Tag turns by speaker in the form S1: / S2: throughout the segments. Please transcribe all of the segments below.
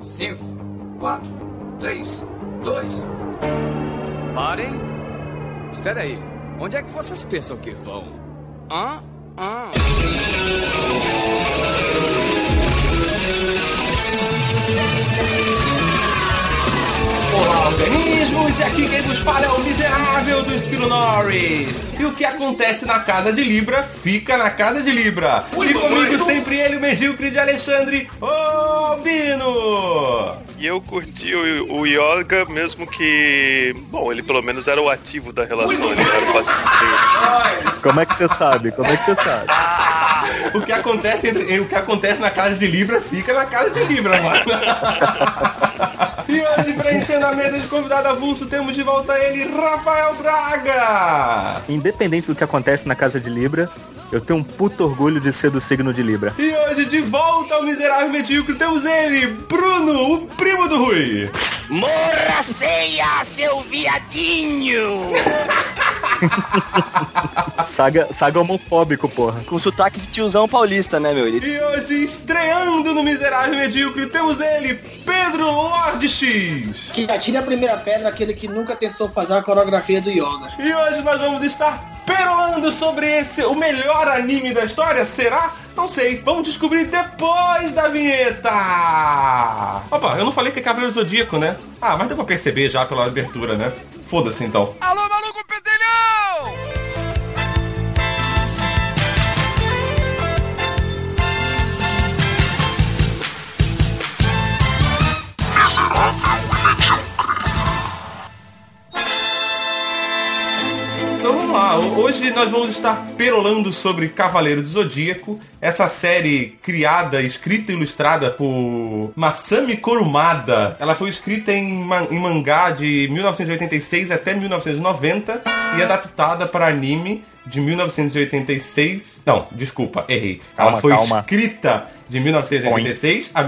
S1: 5, 4, 3, 2... Parem. Espera aí. Onde é que vocês pensam que vão?
S2: Olá, organismos! E aqui quem vos fala é o miserável do Esquilo Norris. E o que acontece na casa de Libra, fica na casa de Libra. E comigo sempre ele, o medíocre de Alexandre, o Bino.
S3: E eu curti o Yoga, mesmo que... Bom, ele pelo menos era o ativo da relação, ele era o paciente.
S4: Como é que você sabe?
S2: O que acontece na casa de Libra, fica na casa de Libra, mano. E hoje, preenchendo a mesa de convidado avulso, temos de volta ele, Rafael Braga.
S4: Independente do que acontece na casa de Libra, eu tenho um puto orgulho de ser do signo de Libra.
S2: E hoje, de volta ao miserável medíocre, temos ele, Bruno, o primo do Rui.
S5: Morra ceia, seu viadinho!
S4: Saga homofóbico, porra.
S6: Com sotaque de tiozão paulista, né, meu?
S2: E hoje, estreando no miserável medíocre, temos ele, Pedro Lorde X.
S7: Que atire a primeira pedra aquele que nunca tentou fazer a coreografia do yoga.
S2: E hoje nós vamos estar perolando sobre o melhor anime da história, será? Não sei, vamos descobrir depois da vinheta! Opa, eu não falei que é Cavaleiro do Zodíaco, né? Ah, mas deu pra perceber já pela abertura, né? Foda-se então.
S5: Alô, maluco pedelhão!
S2: Então vamos lá, hoje nós vamos estar perolando sobre Cavaleiro do Zodíaco, essa série criada, escrita e ilustrada por Masami Kurumada. Ela foi escrita em mangá de 1986 até 1990 e adaptada para anime de 1986... Não, desculpa, errei. Ela foi escrita de 1986 a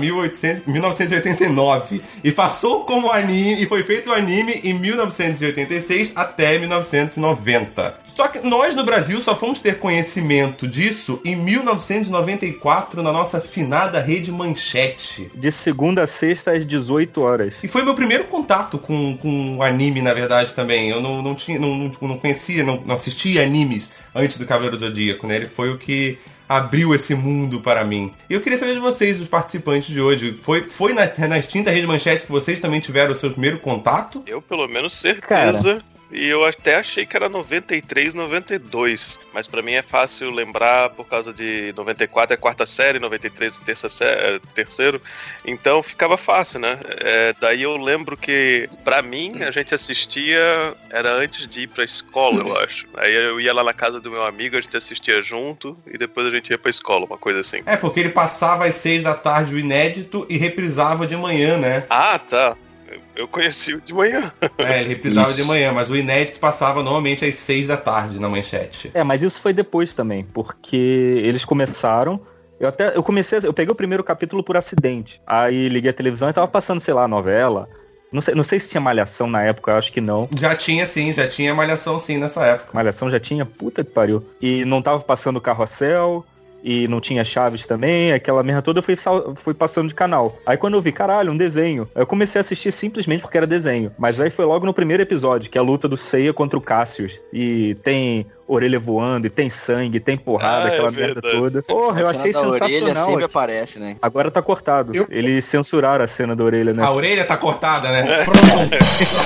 S2: 1989 e passou como anime, e foi feito o anime em 1986 até 1990. Só que nós no Brasil só fomos ter conhecimento disso em 1994 na nossa finada Rede Manchete.
S4: De segunda a sexta às 18 horas.
S2: E foi meu primeiro contato com anime, na verdade, também. Eu não conhecia, não assistia animes antes do Cavaleiro do Zodíaco, né? Ele foi o que abriu esse mundo para mim. E eu queria saber de vocês, os participantes de hoje. Foi na extinta Rede Manchete que vocês também tiveram o seu primeiro contato?
S3: Eu, pelo menos, certeza. Cara. E eu até achei que era 93, 92. Mas pra mim é fácil lembrar por causa de 94 é quarta série, 93 é terceiro. Então ficava fácil, né? Daí eu lembro que, pra mim, a gente assistia... Era antes de ir pra escola, eu acho. Aí eu ia lá na casa do meu amigo, a gente assistia junto. E depois a gente ia pra escola, uma coisa assim.
S2: É, porque ele passava às 6 da tarde o inédito e reprisava de manhã, né?
S3: Ah, tá. Eu conheci o de manhã.
S2: Ele reprisava de manhã, mas o inédito passava normalmente às 6 da tarde na Manchete.
S4: Mas isso foi depois também, porque eles começaram... Eu peguei o primeiro capítulo por acidente. Aí liguei a televisão e tava passando, sei lá, a novela. Não sei se tinha Malhação na época, eu acho que não.
S2: Já tinha Malhação sim nessa época.
S4: Malhação já tinha? Puta que pariu. E não tava passando Carrossel... E não tinha Chaves também, aquela merda toda, eu fui passando de canal. Aí quando eu vi, caralho, um desenho, eu comecei a assistir simplesmente porque era desenho. Mas aí foi logo no primeiro episódio, que é a luta do Seiya contra o Cassius. E tem orelha voando, e tem sangue, tem porrada, aquela merda toda. Porra, eu achei sensacional. A orelha
S6: sempre aparece, né?
S4: Agora tá cortado. Eles censuraram a cena da orelha, né?
S2: A orelha tá cortada, né? Pronto.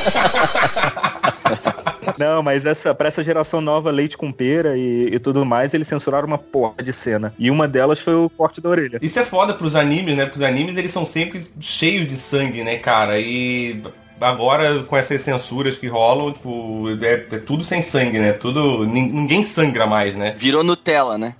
S4: Não, mas pra essa geração nova, leite com pera e tudo mais, eles censuraram uma porra de cena. E uma delas foi o corte da orelha.
S2: Isso é foda pros animes, né? Porque os animes, eles são sempre cheios de sangue, né, cara? E agora, com essas censuras que rolam, tipo, é tudo sem sangue, né? Ninguém sangra mais, né?
S6: Virou Nutella, né?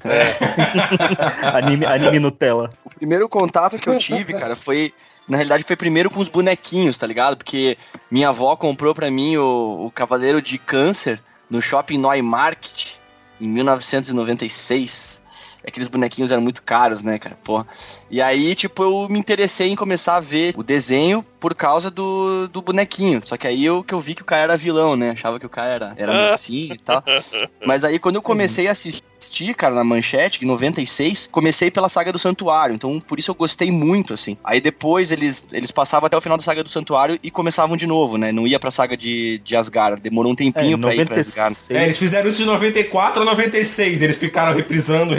S4: Anime Nutella.
S6: O primeiro contato que eu tive, cara, foi... Na realidade foi primeiro com os bonequinhos, tá ligado? Porque minha avó comprou pra mim o Cavaleiro de Câncer no Shopping Neumarkt em 1996. Aqueles bonequinhos eram muito caros, né, cara? Porra. E aí, tipo, eu me interessei em começar a ver o desenho por causa do bonequinho. Só que aí eu vi que o cara era vilão, né? Achava que o cara era mocinho e tal. Mas aí quando eu comecei a assistir, cara, na Manchete, em 96, comecei pela Saga do Santuário. Então por isso eu gostei muito, assim. Aí depois eles passavam até o final da Saga do Santuário e começavam de novo, né? Não ia pra Saga de Asgard. Demorou um tempinho pra ir pra Asgard.
S2: Eles fizeram isso de 94 a 96. Eles ficaram reprisando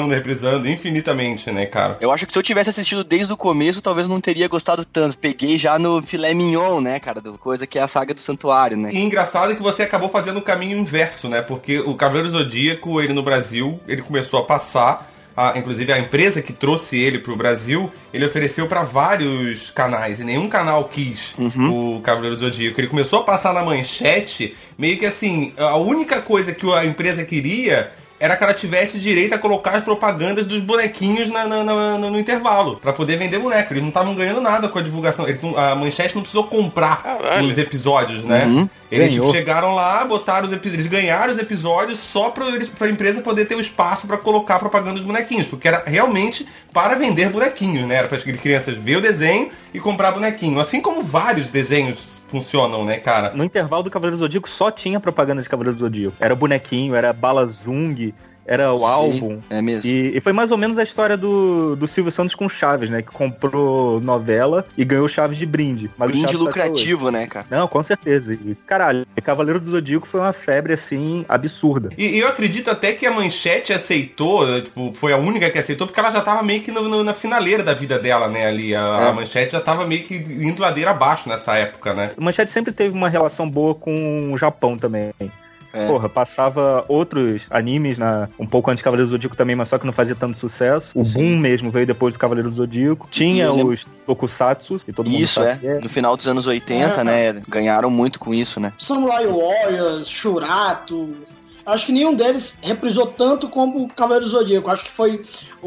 S2: infinitamente, né, cara?
S6: Eu acho que se eu tivesse assistido desde o começo, talvez não teria gostado tanto. Peguei já no filé mignon, né, cara? Coisa que é a Saga do Santuário, né?
S2: E engraçado é que você acabou fazendo o caminho inverso, né? Porque o Cavaleiro Zodíaco, ele no Brasil, ele começou a passar... inclusive a empresa que trouxe ele pro Brasil, ele ofereceu pra vários canais, e nenhum canal quis o Cavaleiro Zodíaco. Ele começou a passar na Manchete, meio que assim, a única coisa que a empresa queria era que ela tivesse direito a colocar as propagandas dos bonequinhos no intervalo, pra poder vender boneco. Eles não estavam ganhando nada com a divulgação. A Manchete não precisou comprar os episódios, né? Eles chegaram lá, botaram os episódios, eles ganharam os episódios só pra empresa poder ter o espaço pra colocar a propaganda dos bonequinhos, porque era realmente para vender bonequinhos, né? Era para as crianças ver o desenho e comprar bonequinho. Assim como vários desenhos funcionam, né, cara?
S4: No intervalo do Cavaleiro do Zodíaco só tinha propaganda de Cavaleiro do Zodíaco. Era bonequinho, era Bala Zung, era o álbum.
S6: É mesmo.
S4: E foi mais ou menos a história do Silvio Santos com Chaves, né? Que comprou novela e ganhou Chaves de brinde. Mas
S6: brinde lucrativo, né, cara?
S4: Não, com certeza. E, caralho, Cavaleiro do Zodíaco foi uma febre, assim, absurda.
S2: E eu acredito até que a Manchete aceitou, tipo, foi a única que aceitou, porque ela já tava meio que na finaleira da vida dela, né, ali. A Manchete já tava meio que indo ladeira abaixo nessa época, né?
S4: A Manchete sempre teve uma relação boa com o Japão também. Porra, passava outros animes um pouco antes do Cavaleiro do Zodíaco também, mas só que não fazia tanto sucesso. O boom mesmo veio depois do Cavaleiro do Zodíaco. Tinha os tokusatsu, que todo mundo sabe.
S6: No final dos anos 80, né? Ganharam muito com isso, né?
S7: Samurai Warriors, Shurato... Acho que nenhum deles reprisou tanto como o Cavaleiro do Zodíaco. Acho que foi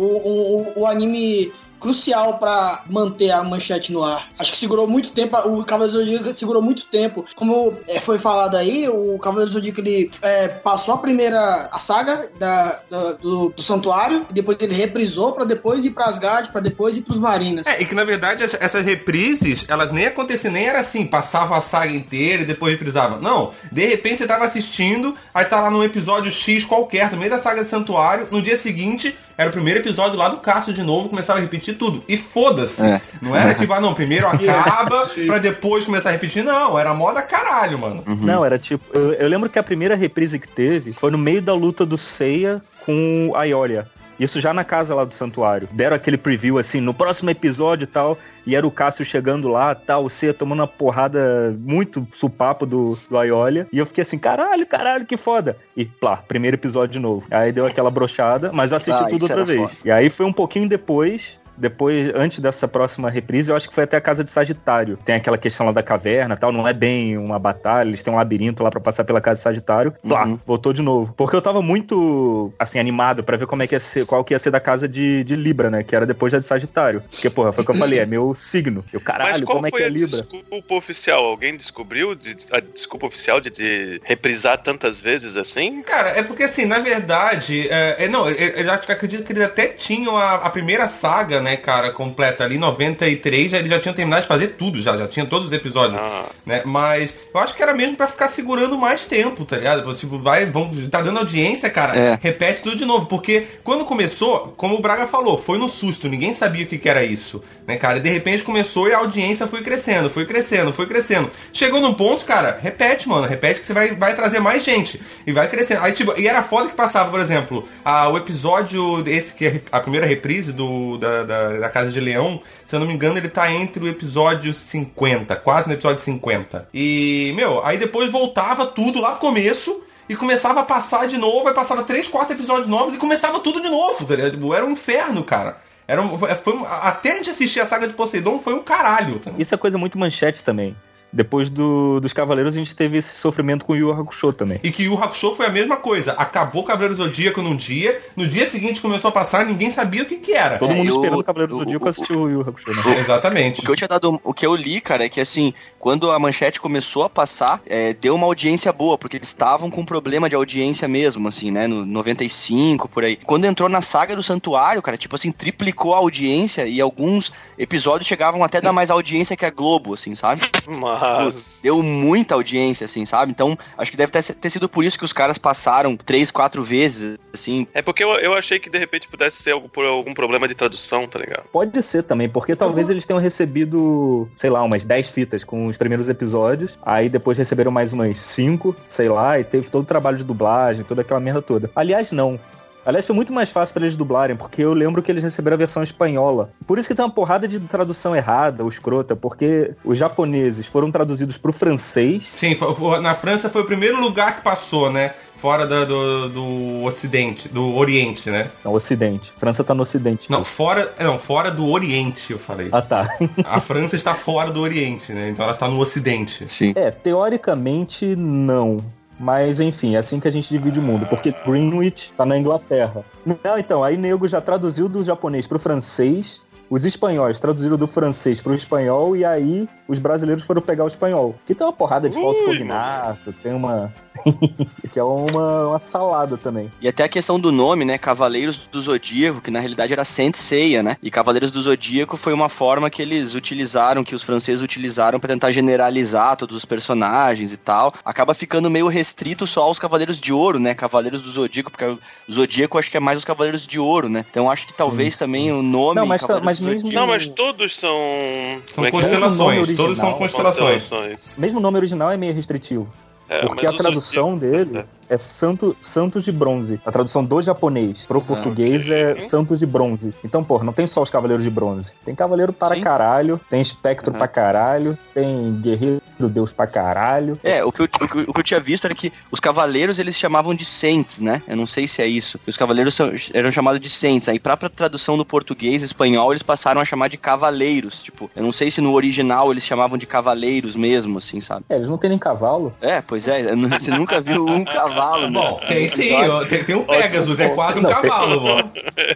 S7: o anime crucial pra manter a Manchete no ar. Acho que segurou muito tempo, o Cavaleiro do Zodíaco segurou muito tempo. Como foi falado aí, o Cavaleiro do Zodíaco, ele passou a saga do Santuário, e depois ele reprisou pra depois ir pra Asgard, pra depois ir pros Marinas.
S2: E que na verdade essas reprises, elas nem aconteciam, nem era assim, passava a saga inteira e depois reprisava. Não, de repente você tava assistindo, aí tá lá num episódio X qualquer, no meio da saga do Santuário, no dia seguinte... Era o primeiro episódio lá do Cássio de novo, começava a repetir tudo. E foda-se. Não era tipo, primeiro acaba pra depois começar a repetir. Não, era moda caralho, mano.
S4: Não, era tipo... Eu lembro que a primeira reprise que teve foi no meio da luta do Seiya com a Iolia. Isso já na casa lá do Santuário. Deram aquele preview assim, no próximo episódio e tal, e era o Cássio chegando lá, tal, o Seiya tomando uma porrada muito supapo do Iolia, e eu fiquei assim, caralho, que foda. E plá, primeiro episódio de novo. Aí deu aquela brochada, mas eu assisti tudo outra vez. Foda. E aí foi um pouquinho depois, antes dessa próxima reprise, eu acho que foi até a Casa de Sagitário. Tem aquela questão lá da caverna e tal, não é bem uma batalha, eles têm um labirinto lá pra passar pela Casa de Sagitário. Voltou de novo. Porque eu tava muito, assim, animado pra ver como é que ia ser, qual que ia ser da Casa de Libra, né? Que era depois da de Sagitário. Porque, porra, foi o que eu falei, é meu signo. Eu, caralho, como é que é Libra?
S3: Mas qual foi a desculpa oficial? Alguém descobriu a desculpa oficial de reprisar tantas vezes assim?
S2: Cara, é porque, assim, na verdade, eu acredito que eles até tinham a primeira saga, né, cara, completa ali, em 93, eles já tinham terminado de fazer tudo, já tinha todos os episódios, né, mas eu acho que era mesmo pra ficar segurando mais tempo, tá ligado? Tipo, tá dando audiência, cara, repete tudo de novo, porque quando começou, como o Braga falou, foi no susto, ninguém sabia o que era isso, né, cara, e de repente começou e a audiência foi crescendo, chegou num ponto, cara, repete que você vai trazer mais gente, e vai crescendo, aí tipo, e era foda que passava, por exemplo, o episódio, esse que é a primeira reprise da Casa de Leão, se eu não me engano, ele tá entre o episódio 50, quase no episódio 50. E, aí depois voltava tudo lá pro começo e começava a passar de novo, aí passava 3, 4 episódios novos e começava tudo de novo, tá ligado? Era um inferno, cara. Até a gente assistir a saga de Poseidon foi um caralho.
S4: Isso é coisa muito Manchete também. Depois dos Cavaleiros, a gente teve esse sofrimento com o Yu Hakusho também.
S2: E que Yu Hakusho foi a mesma coisa. Acabou o Cavaleiro do Zodíaco num dia, no dia seguinte começou a passar, ninguém sabia o que era.
S4: Todo mundo esperando o Cavaleiro do Zodíaco assistiu o Yu Hakusho, né?
S2: Exatamente.
S6: O que eu li, cara, é que assim, quando a Manchete começou a passar, deu uma audiência boa, porque eles estavam com problema de audiência mesmo, assim, né, no 95, por aí. Quando entrou na Saga do Santuário, cara, tipo assim, triplicou a audiência e alguns episódios chegavam até a dar mais audiência que a Globo, assim, sabe?
S3: Mas...
S6: Deu muita audiência, assim, sabe? Então, acho que deve ter sido por isso que os caras passaram 3, 4 vezes, assim.
S3: É porque eu achei que de repente pudesse ser por algum problema de tradução, tá ligado?
S4: Pode ser também, porque talvez eles tenham recebido, sei lá, umas 10 fitas com os primeiros episódios, aí depois receberam mais umas 5, sei lá, e teve todo o trabalho de dublagem, toda aquela merda toda. Aliás, não. Aliás, foi muito mais fácil pra eles dublarem, porque eu lembro que eles receberam a versão espanhola. Por isso que tem uma porrada de tradução errada, ou escrota, porque os japoneses foram traduzidos pro francês.
S2: Sim, na França foi o primeiro lugar que passou, né? Fora do Ocidente, do Oriente, né?
S4: Não, Ocidente. França tá no Ocidente.
S2: Não, fora do Oriente, eu falei.
S4: Ah, tá.
S2: A França está fora do Oriente, né? Então ela está no Ocidente.
S6: Sim.
S4: Teoricamente, não. Mas, enfim, é assim que a gente divide o mundo, porque Greenwich tá na Inglaterra. Não, então, aí nego já traduziu do japonês pro francês, os espanhóis traduziram do francês pro espanhol, e aí os brasileiros foram pegar o espanhol. Que tem uma porrada de falso cognato, tem uma... que é uma salada também.
S6: E até a questão do nome, né? Cavaleiros do Zodíaco, que na realidade era Saint Seiya, né? E Cavaleiros do Zodíaco foi uma forma que eles utilizaram, que os franceses utilizaram pra tentar generalizar todos os personagens e tal. Acaba ficando meio restrito só aos Cavaleiros de Ouro, né? Cavaleiros do Zodíaco, porque o Zodíaco acho que é mais os Cavaleiros de Ouro, né? Então acho que talvez também o nome...
S4: Não, mas mesmo...
S3: Não, mas todos são...
S2: São constelações, todos são constelações.
S4: Mesmo o nome original é meio restritivo. Porque a tradução dele é Santos de Bronze. A tradução do japonês pro português é Santos de Bronze. Então, não tem só os Cavaleiros de Bronze. Tem Cavaleiro para caralho, tem Espectro pra caralho, tem Guerreiro Deus pra caralho.
S6: O que eu tinha visto era que os Cavaleiros eles chamavam de Saints, né? Eu não sei se é isso. Que os Cavaleiros eram chamados de Saints. Aí, pra tradução do português e espanhol, eles passaram a chamar de Cavaleiros. Tipo, eu não sei se no original eles chamavam de Cavaleiros mesmo, assim, sabe?
S4: Eles não têm nem cavalo.
S6: Pois é. Você nunca viu um cavalo, né?
S2: Bom, tem sim. Tem um Pegasus, é quase um cavalo, pô.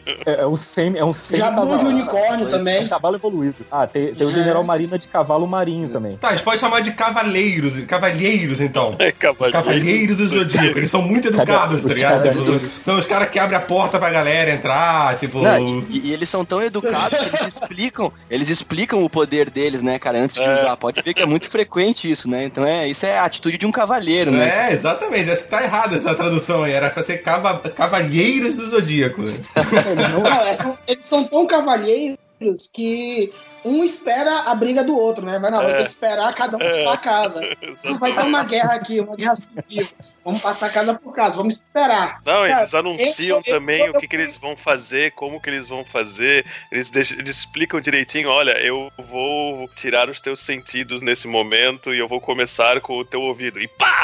S4: É um semi
S7: já
S4: cavalo.
S7: de unicórnio também.
S4: É um cavalo evoluído. Tem o General Marina de cavalo marinho também.
S2: Tá, a gente pode chamar de cavalheiros então.
S3: Cavaleiros
S2: do Zodíaco. Eles são muito educados, tá ligado? São os caras que abrem a porta pra galera entrar, tipo...
S6: Não, e eles são tão educados que eles explicam o poder deles, né, cara, antes de usar. Pode ver que é muito frequente isso, né? Então isso é a atitude de um cavaleiro, né?
S2: Exatamente. Acho que tá errada essa tradução aí. Era pra ser Cavalheiros do Zodíaco.
S7: Eles são tão cavalheiros que um espera a briga do outro, né? Vai ter que esperar cada um passar a casa. Não vai ter uma guerra aqui, uma guerra civil. Vamos passar casa por casa, vamos esperar.
S3: Não, eles anunciam também o que eles vão fazer, como que eles vão fazer. Eles explicam direitinho, olha, eu vou tirar os teus sentidos nesse momento e eu vou começar com o teu ouvido. E pá!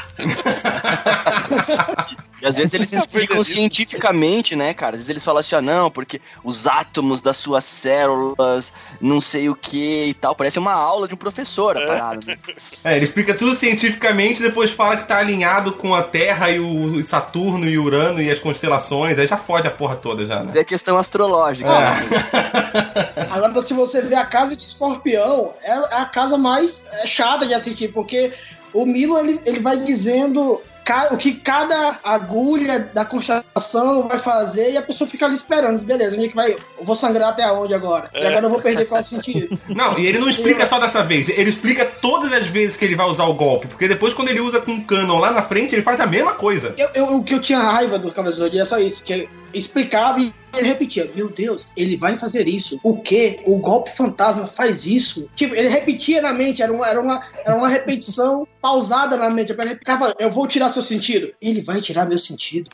S6: E às vezes eles explicam cientificamente, né, cara? Às vezes eles falam assim, não, porque os átomos das suas células, não sei o que e tal. Parece uma aula de um professor, a parada. Né?
S2: Ele explica tudo cientificamente, depois fala que tá alinhado com a Terra e o Saturno e Urano e as constelações. Aí já fode a porra toda já, né?
S6: É questão astrológica.
S7: Agora, se você vê a casa de Escorpião, é a casa mais chata de assistir, porque o Milo, ele vai dizendo o que cada agulha da constelação vai fazer e a pessoa fica ali esperando. Beleza, onde é que vai? Eu vou sangrar até onde agora? E agora eu vou perder qual sentido?
S2: Não, e ele não explica só dessa vez. Ele explica todas as vezes que ele vai usar o golpe. Porque depois, quando ele usa com o Canon lá na frente, ele faz a mesma coisa.
S7: O que eu tinha raiva do Cavaleiro do Zodíaco é só isso. Que explicava e ele repetia, meu Deus, ele vai fazer isso. O quê? O golpe fantasma faz isso? Tipo, ele repetia na mente, era uma repetição pausada na mente. Ele ficava, eu vou tirar seu sentido. Ele vai tirar meu sentido.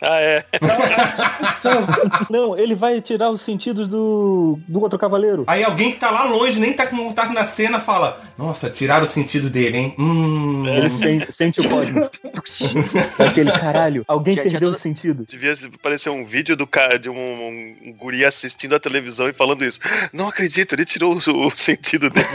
S4: Não, ele vai tirar os sentidos do outro cavaleiro.
S2: Aí alguém que tá lá longe, nem tá com vontade na cena, fala, nossa, tiraram o sentido dele, hein?
S4: Ele sente o código. Aquele caralho, alguém perdeu o sentido.
S3: Devia aparecer um vídeo de um um guri assistindo a televisão e falando isso. Não acredito, ele tirou o sentido dele.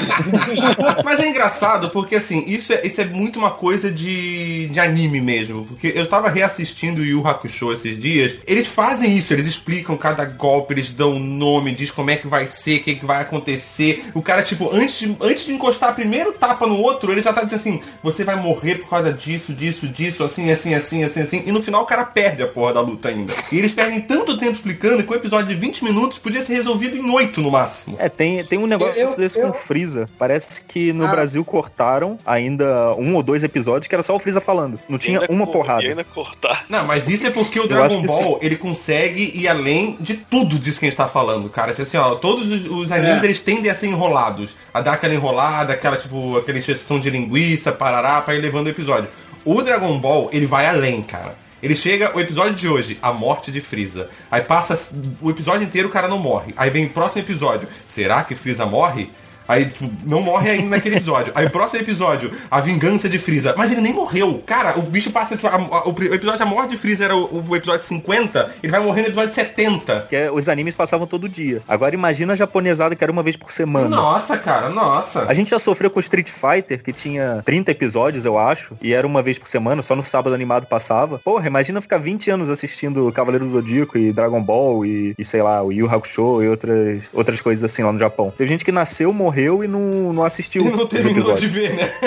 S2: Mas é engraçado porque, assim, isso é muito uma coisa de anime mesmo. Porque eu tava reassistindo o Yu Hakusho esses dias. Eles fazem isso, eles explicam cada golpe, eles dão um nome, diz como é que vai ser, o que vai acontecer. O cara, tipo, antes de encostar primeiro tapa no outro, ele já tá dizendo assim, você vai morrer por causa disso, assim. E no final o cara perde a porra da luta ainda. E eles perdem tanto tempo explicando que um episódio de 20 minutos podia ser resolvido em 8 no máximo.
S4: Tem um negócio desse com o Freeza. Parece que no Brasil cortaram ainda 1 ou 2 episódios que era só o Freeza falando. Não tinha uma porrada.
S3: E ainda cortar.
S2: Não, mas isso é porque o Dragon Ball, ele consegue ir além de tudo disso que a gente tá falando, cara. Assim, ó, todos os animes, eles tendem a ser enrolados. A dar aquela enrolada, aquela injeção de linguiça, parará, pra ir levando o episódio. O Dragon Ball, ele vai além, cara. Ele chega, o episódio de hoje, a morte de Freeza. Aí passa o episódio inteiro, o cara não morre. Aí vem o próximo episódio. Será que Freeza morre? Aí, tipo, não morre ainda naquele episódio. Aí o próximo episódio, a vingança de Freeza. Mas ele nem morreu. Cara, o bicho passa, tipo, o episódio da morte de Freeza era o episódio 50, ele vai morrer no episódio 70.
S4: Que os animes passavam todo dia. Agora imagina a japonesada que era uma vez por semana.
S2: Nossa, cara, nossa.
S4: A gente já sofreu com Street Fighter, que tinha 30 episódios, eu acho, e era uma vez por semana, só no sábado animado passava. Porra, imagina ficar 20 anos assistindo Cavaleiro do Zodíaco e Dragon Ball e sei lá, o Yu Hakusho e outras coisas assim lá no Japão. Teve gente que nasceu, morreu e não assistiu.
S2: E não terminou de ver, né?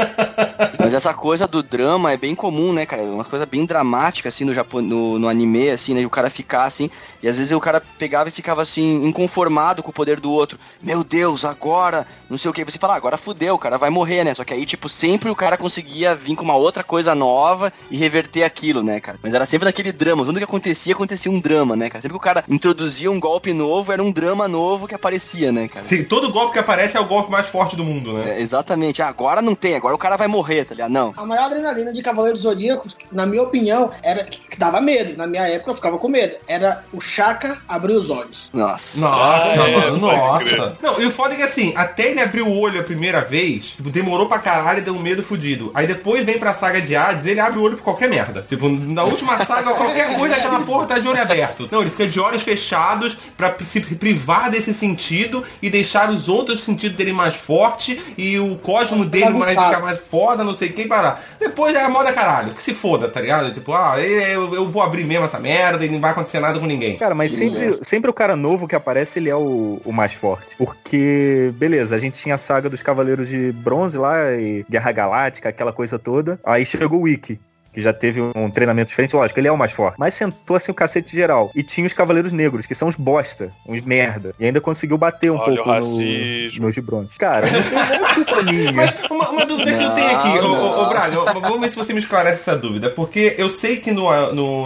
S6: Mas essa coisa do drama é bem comum, né, cara? Uma coisa bem dramática, assim, no Japão, no anime, assim, né? E o cara ficar, assim... E às vezes o cara pegava e ficava, assim, inconformado com o poder do outro. Meu Deus, agora... Não sei o que. Você fala, agora fudeu, o cara vai morrer, né? Só que aí, tipo, sempre o cara conseguia vir com uma outra coisa nova e reverter aquilo, né, cara? Mas era sempre naquele drama. Tudo que acontecia um drama, né, cara? Sempre que o cara introduzia um golpe novo, era um drama novo que aparecia, né, cara?
S2: Sim, todo golpe que aparece é o golpe mais forte do mundo, né?
S6: Exatamente. Agora não tem, agora o cara vai morrer, tá ligado? Não.
S7: A maior adrenalina de Cavaleiros Zodíacos, na minha opinião, era que dava medo. Na minha época eu ficava com medo. Era o Shaka abrir os olhos.
S6: Nossa,
S2: mano, nossa. Não, e o foda é que assim, até ele abrir o olho a primeira vez, tipo, demorou pra caralho e deu um medo fudido. Aí depois vem pra saga de Hades, ele abre o olho por qualquer merda. Tipo, na última saga, qualquer coisa, aquela porra tá de olho aberto. Não, ele fica de olhos fechados pra se privar desse sentido e deixar os outros sentidos dele mais forte e o cosmo dele ficar mais foda, não sei o que, parar. Depois é a moda caralho, que se foda, tá ligado? Tipo, eu vou abrir mesmo essa merda e não vai acontecer nada com ninguém.
S4: Cara, mas sempre o cara novo que aparece, ele é o mais forte. Porque, beleza, a gente tinha a saga dos Cavaleiros de Bronze lá, e Guerra Galáctica, aquela coisa toda. Aí chegou o Ikki, que já teve um treinamento diferente, lógico, ele é o mais forte. Mas sentou assim o cacete geral. E tinha os Cavaleiros Negros, que são uns bosta, uns merda. E ainda conseguiu bater um pouco no Gibron. Cara, não tem nem culpa minha.
S2: Mas uma dúvida que eu tenho aqui, ô Braga, vamos ver se você me esclarece essa dúvida. Porque eu sei que no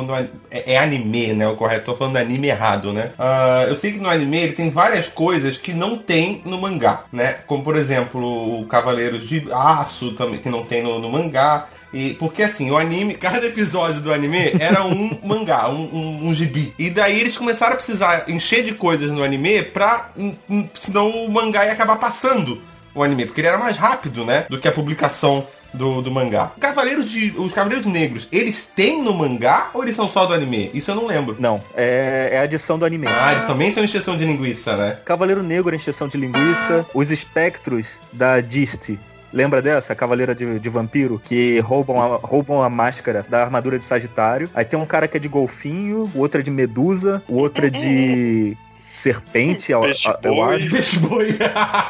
S2: é anime, né? O correto, tô falando anime errado, né? Eu sei que no anime ele tem várias coisas que não tem no mangá, né? Como, por exemplo, o Cavaleiros de Aço, também, que não tem no mangá. Porque assim, o anime, cada episódio do anime era um mangá, um gibi. E daí eles começaram a precisar encher de coisas no anime senão o mangá ia acabar passando o anime, porque ele era mais rápido, né, do que a publicação do mangá. Os Cavaleiros Negros, eles têm no mangá ou eles são só do anime? Isso eu não lembro.
S4: Não, é a adição do anime.
S2: Eles também são encheção de linguiça, né?
S4: Cavaleiro Negro é encheção de linguiça. Os espectros da Diste. Lembra dessa? A cavaleira de vampiro que roubam a máscara da armadura de Sagitário. Aí tem um cara que é de golfinho, o outro é de medusa, o outro é de serpente, eu acho.
S2: Peixe-boi.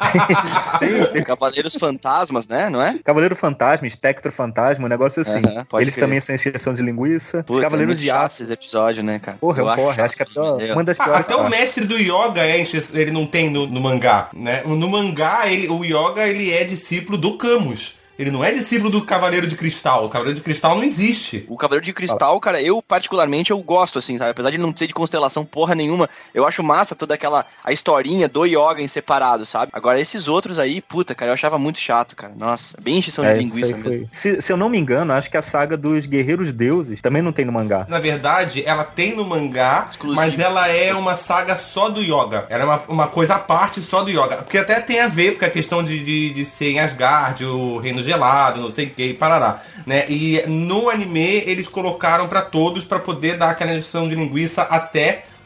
S6: tem Cavaleiros Fantasmas, né? Não é?
S4: Cavaleiro Fantasma, Espectro Fantasma, um negócio assim. Eles crer. Também são encheção de linguiça.
S6: Os Cavaleiros de Aço. Esse episódio, né, cara?
S4: Porra, acho que é uma das piores.
S2: Até o mestre do Yoga ele não tem no mangá, né? No mangá, o Yoga ele é discípulo do Camus. Ele não é discípulo do Cavaleiro de Cristal. O Cavaleiro de Cristal não existe.
S6: O Cavaleiro de Cristal, cara, eu particularmente eu gosto, assim, sabe? Apesar de não ser de constelação porra nenhuma, eu acho massa toda a historinha do Yoga em separado, sabe? Agora, esses outros aí, puta, cara, eu achava muito chato, cara. Nossa, bem encheção de linguiça mesmo.
S4: Se eu não me engano, acho que a saga dos Guerreiros Deuses também não tem no mangá.
S2: Na verdade, ela tem no mangá, mas ela é uma saga só do Yoga. Era uma coisa à parte só do Yoga. Porque até tem a ver com a questão de ser em Asgard, o reino gelado, não sei o que, parará, né? E no anime eles colocaram pra todos pra poder dar aquela injeção de linguiça até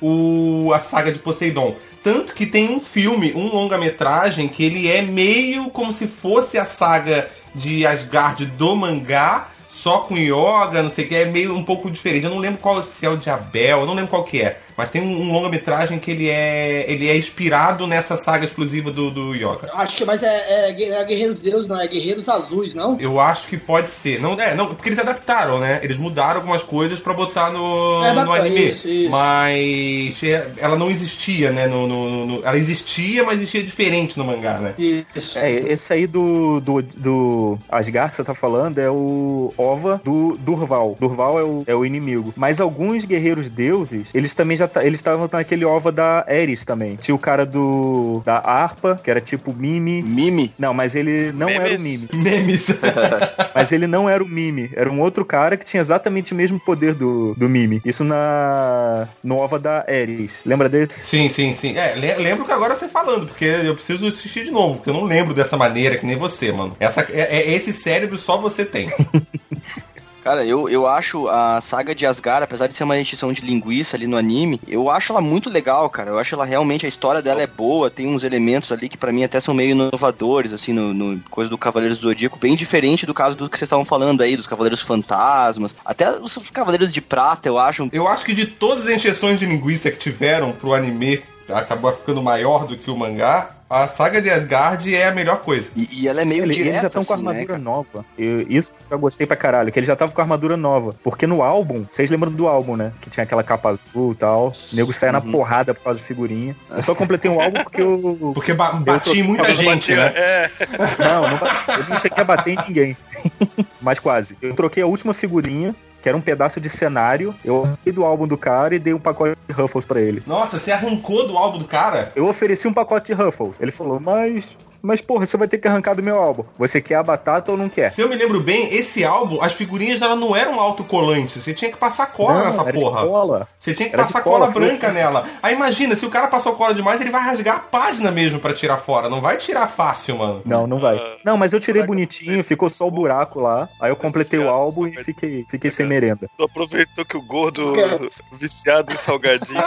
S2: a saga de Poseidon. Tanto que tem um filme, um longa-metragem, que ele é meio como se fosse a saga de Asgard do mangá, só com yoga, não sei o que, é meio um pouco diferente. Eu não lembro qual, se é o de Abel, eu não lembro qual que é. Mas tem um longa-metragem que ele é inspirado nessa saga exclusiva do yoga.
S7: Acho que mais é Guerreiros Deus, não, é Guerreiros Azuis, não?
S2: Eu acho que pode ser. Não, porque eles adaptaram, né? Eles mudaram algumas coisas pra botar no anime. Isso. Mas ela não existia, né? Ela existia, mas existia diferente no mangá, né?
S4: Isso. Esse aí do Asgard que você tá falando é o Ova do Durval. Durval é o inimigo. Mas alguns guerreiros deuses, eles também eles estavam naquele Ova da Ares também. Tinha o cara da harpa, que era tipo Mimi.
S6: Mimi?
S4: Não, mas ele não era o Mimi.
S2: Memes.
S4: Mas ele não era o Mimi. Era um outro cara que tinha exatamente o mesmo poder do Mimi. Isso no Ova da Ares. Lembra desse?
S2: Sim. Lembro que agora você falando, porque eu preciso assistir de novo, porque eu não lembro dessa maneira que nem você, mano. Esse cérebro só você tem.
S6: Cara, eu acho a saga de Asgard, apesar de ser uma encheção de linguiça ali no anime, eu acho ela muito legal, cara. Eu acho ela realmente, a história dela é boa, tem uns elementos ali que pra mim até são meio inovadores, assim, no coisa do Cavaleiros do Zodíaco, bem diferente do caso do que vocês estavam falando aí, dos Cavaleiros Fantasmas, até os Cavaleiros de Prata, eu acho.
S2: Eu acho que de todas as encheções de linguiça que tiveram pro anime, acabou ficando maior do que o mangá, a saga de Asgard é a melhor coisa.
S6: E ela é meio direta,
S4: eles já estão com a armadura nova. Isso eu gostei pra caralho, que eles já estavam com a armadura nova. Porque no álbum, vocês lembram do álbum, né? Que tinha aquela capa azul e tal. O nego saia na porrada por causa de figurinha. Eu só completei um álbum porque eu...
S2: Porque bati em muita gente, né?
S4: Eu não cheguei a bater em ninguém. Mas quase. Eu troquei a última figurinha, que era um pedaço de cenário. Eu arranquei do álbum do cara e dei um pacote de Ruffles pra ele.
S2: Nossa, você arrancou do álbum do cara?
S4: Eu ofereci um pacote de Ruffles. Ele falou, mas porra, você vai ter que arrancar do meu álbum. Você quer a batata ou não quer?
S2: Se eu me lembro bem, esse álbum, as figurinhas elas não eram autocolantes. Você tinha que passar cola nessa porra.
S4: Cola.
S2: Você tinha que passar cola branca nela. Aí imagina, se o cara passou cola demais, ele vai rasgar a página mesmo pra tirar fora. Não vai tirar fácil, mano.
S4: Não vai. Não, mas eu tirei bonitinho, ficou só o buraco lá. Aí eu completei o álbum e fiquei sem merenda.
S3: Tu aproveitou que o gordo viciado em salgadinho.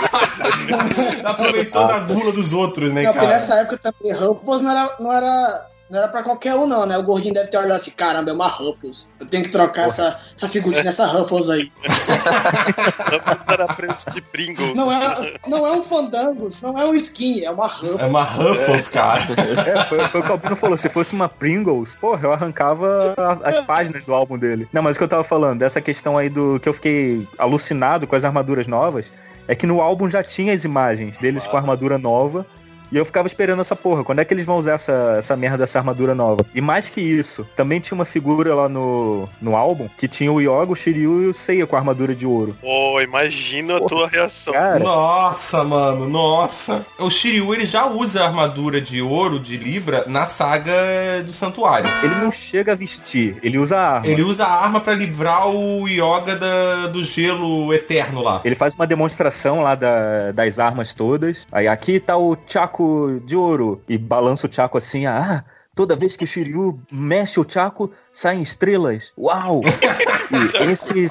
S2: Aproveitou da gula dos outros, né, cara?
S7: Porque nessa época também Ruffles não era pra qualquer um, não, né? O gordinho deve ter olhado assim, caramba, é uma Ruffles. Eu tenho que trocar essa figurinha nessa Ruffles aí.
S3: Ruffles era preço de Pringles.
S7: Não é um Fandangos, não é um skin, é uma Ruffles.
S2: É uma Ruffles, cara.
S4: Foi o que o Albino falou, se fosse uma Pringles, porra, eu arrancava as páginas do álbum dele. Não, mas o que eu tava falando, dessa questão aí do que eu fiquei alucinado com as armaduras novas, é que no álbum já tinha as imagens deles com a armadura nova. E eu ficava esperando essa porra. Quando é que eles vão usar essa merda dessa armadura nova? E mais que isso, também tinha uma figura lá no álbum que tinha o Yoga, o Shiryu e o Seiya com a armadura de ouro.
S3: Imagina a tua reação.
S4: Cara.
S2: Nossa, mano, nossa. O Shiryu, ele já usa a armadura de ouro, de Libra, na saga do Santuário.
S4: Ele não chega a vestir, ele usa a arma.
S2: Ele usa a arma pra livrar o Yoga do gelo eterno lá.
S4: Ele faz uma demonstração lá das armas todas. Aí aqui tá o Chaco de ouro. E balança o Chaco assim, toda vez que o Shiryu mexe o Chaco, saem estrelas. Uau! E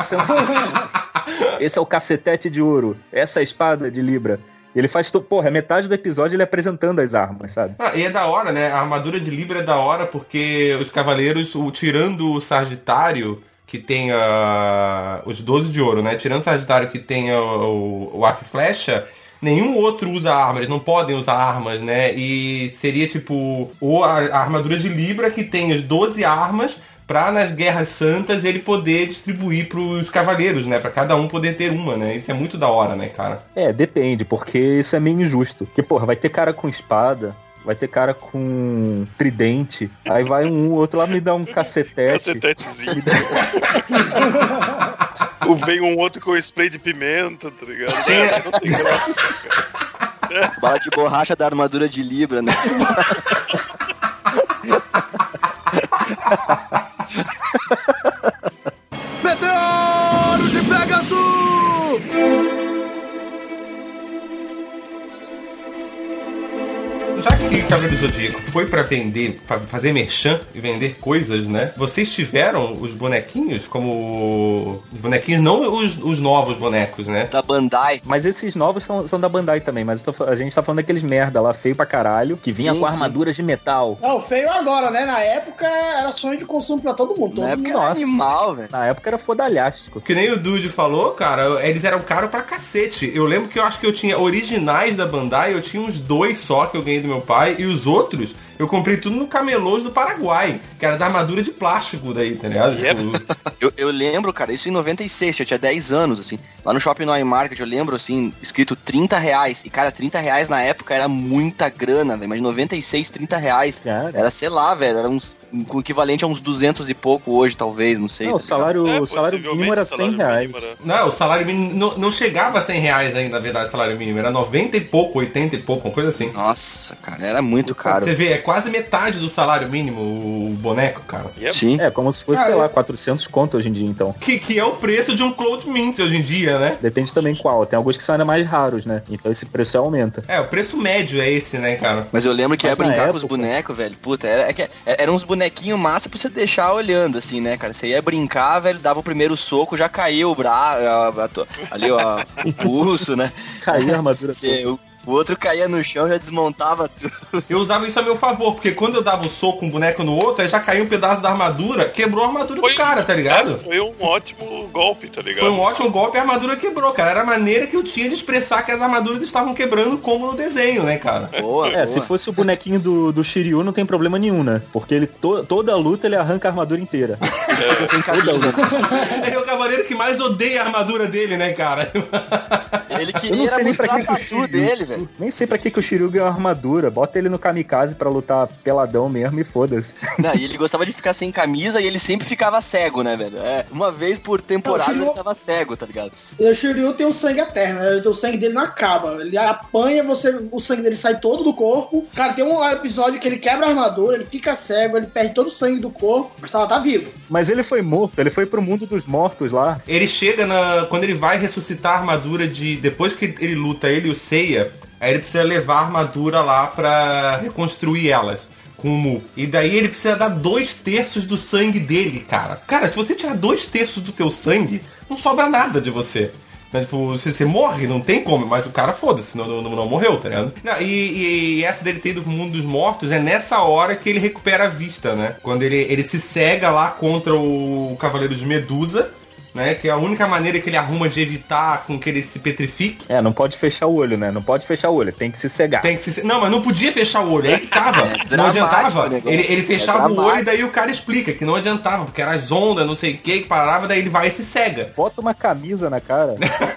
S4: esse é o cacetete de ouro. Essa é a espada de Libra. Ele faz, metade do episódio ele apresentando as armas, sabe?
S2: E é da hora, né? A armadura de Libra é da hora porque os cavaleiros, tirando o Sagitário, que tem os 12 de ouro, né? Tirando o Sagitário que tem o arco e flecha, nenhum outro usa armas, eles não podem usar armas, né? E seria tipo a armadura de Libra que tem as 12 armas pra nas Guerras Santas ele poder distribuir pros cavaleiros, né? Pra cada um poder ter uma, né? Isso é muito da hora, né, cara?
S4: Depende, porque isso é meio injusto. Porque, porra, vai ter cara com espada, vai ter cara com tridente, aí vai um outro lá me dá um cacetete.
S3: Cacetetezinho. Vem um outro com spray de pimenta, tá ligado? Não tem graça, cara.
S6: Bala de borracha da armadura de Libra, né?
S5: Meteoro de Pegasus!
S2: Já que Cavaleiro do Zodíaco foi pra vender, pra fazer merchan e vender coisas, né? Vocês tiveram os bonequinhos como... Os bonequinhos, não os novos bonecos, né?
S6: Da Bandai.
S4: Mas esses novos são da Bandai também, mas a gente tá falando daqueles merda lá, feio pra caralho, que vinha com armaduras de metal.
S7: Não, feio agora, né? Na época era sonho de consumo pra todo mundo.
S6: Na época era animal, velho.
S4: Na época era fodalhástico.
S2: Que nem o Dude falou, cara, eles eram caros pra cacete. Eu lembro que eu acho que eu tinha originais da Bandai, eu tinha uns 2 só que eu ganhei do meu pai, e os outros eu comprei tudo no Camelôs do Paraguai, que eram as armaduras de plástico daí, tá ligado?
S6: Eu lembro, cara, isso em 96, eu tinha 10 anos, assim, lá no Shopping Noy Market, eu lembro, assim, escrito R$30, e cara, R$30 na época era muita grana, velho, mas em 96, R$30, era, sei lá, velho, era o equivalente a uns 200 e pouco hoje, talvez, não sei.
S4: Não,
S6: tá
S4: o salário mínimo era R$100.
S2: Não, o salário mínimo não chegava a R$100 ainda, na verdade, o salário mínimo, era 90 e pouco, 80 e pouco, uma coisa assim.
S6: Nossa, cara, era muito caro.
S2: Você vê, é quase metade do salário mínimo o boneco, cara.
S6: Sim.
S4: É, como se fosse, sei lá, 400 conto hoje em dia, então.
S2: Que é o preço de um Cloud Mint hoje em dia, né?
S4: Depende também qual. Tem alguns que são ainda mais raros, né? Então esse preço aumenta.
S2: É, o preço médio é esse, né, cara?
S6: Mas eu lembro que ia brincar com os bonecos, velho. Puta, eram uns bonequinhos massa pra você deixar olhando, assim, né, cara? Você ia brincar, velho, dava o primeiro soco, já caiu o braço, ali, ó, o pulso, né?
S4: Caiu a armadura.
S6: O outro caía no chão, já desmontava tudo.
S2: Eu usava isso a meu favor, porque quando eu dava o soco com um boneco no outro, aí já caiu um pedaço da armadura, quebrou a armadura do cara, tá ligado?
S3: Foi um ótimo golpe, tá ligado?
S2: Foi um ótimo golpe e a armadura quebrou, cara. Era a maneira que eu tinha de expressar que as armaduras estavam quebrando como no desenho, né, cara?
S6: Boa.
S4: Se fosse o bonequinho do Shiryu, não tem problema nenhum, né? Porque ele, toda luta, ele arranca a armadura inteira.
S6: Sem camisa.
S2: Ele é o cavaleiro que mais odeia a armadura dele, né, cara?
S6: Ele queria era mostrar a tatu dele, velho.
S4: Nem sei pra que o Shiryu ganhou armadura. Bota ele no kamikaze pra lutar peladão mesmo e foda-se.
S6: Não, e ele gostava de ficar sem camisa e ele sempre ficava cego, né, velho? Uma vez por temporada ele tava cego, tá ligado?
S7: E o Shiryu tem um sangue eterno, né? O sangue dele não acaba. Ele apanha, o sangue dele sai todo do corpo. Cara, tem um episódio que ele quebra a armadura, ele fica cego, ele perde todo o sangue do corpo, mas tá vivo.
S4: Mas ele foi morto, ele foi pro mundo dos mortos lá.
S2: Ele chega quando ele vai ressuscitar a armadura depois que ele luta ele e o Seiya, aí ele precisa levar a armadura lá pra reconstruir elas com o Mu. E daí ele precisa dar 2/3 do sangue dele, cara. Cara, se você tirar 2/3 do teu sangue, não sobra nada de você. Tipo, você morre, não tem como, mas o cara foda-se, não morreu, tá ligado? Não, e essa dele ter ido pro mundo dos mortos é nessa hora que ele recupera a vista, né? Quando ele se cega lá contra o Cavaleiro de Medusa, né? Que é a única maneira que ele arruma de evitar com que ele se petrifique.
S4: Não pode fechar o olho, né? Não pode fechar o olho, tem que se cegar.
S2: Não, mas não podia fechar o olho, aí que tava. Não adiantava. Ele fechava o olho e daí o cara explica que não adiantava, porque eram as ondas, não sei o que parava, daí ele vai e se cega.
S4: Bota uma camisa na cara.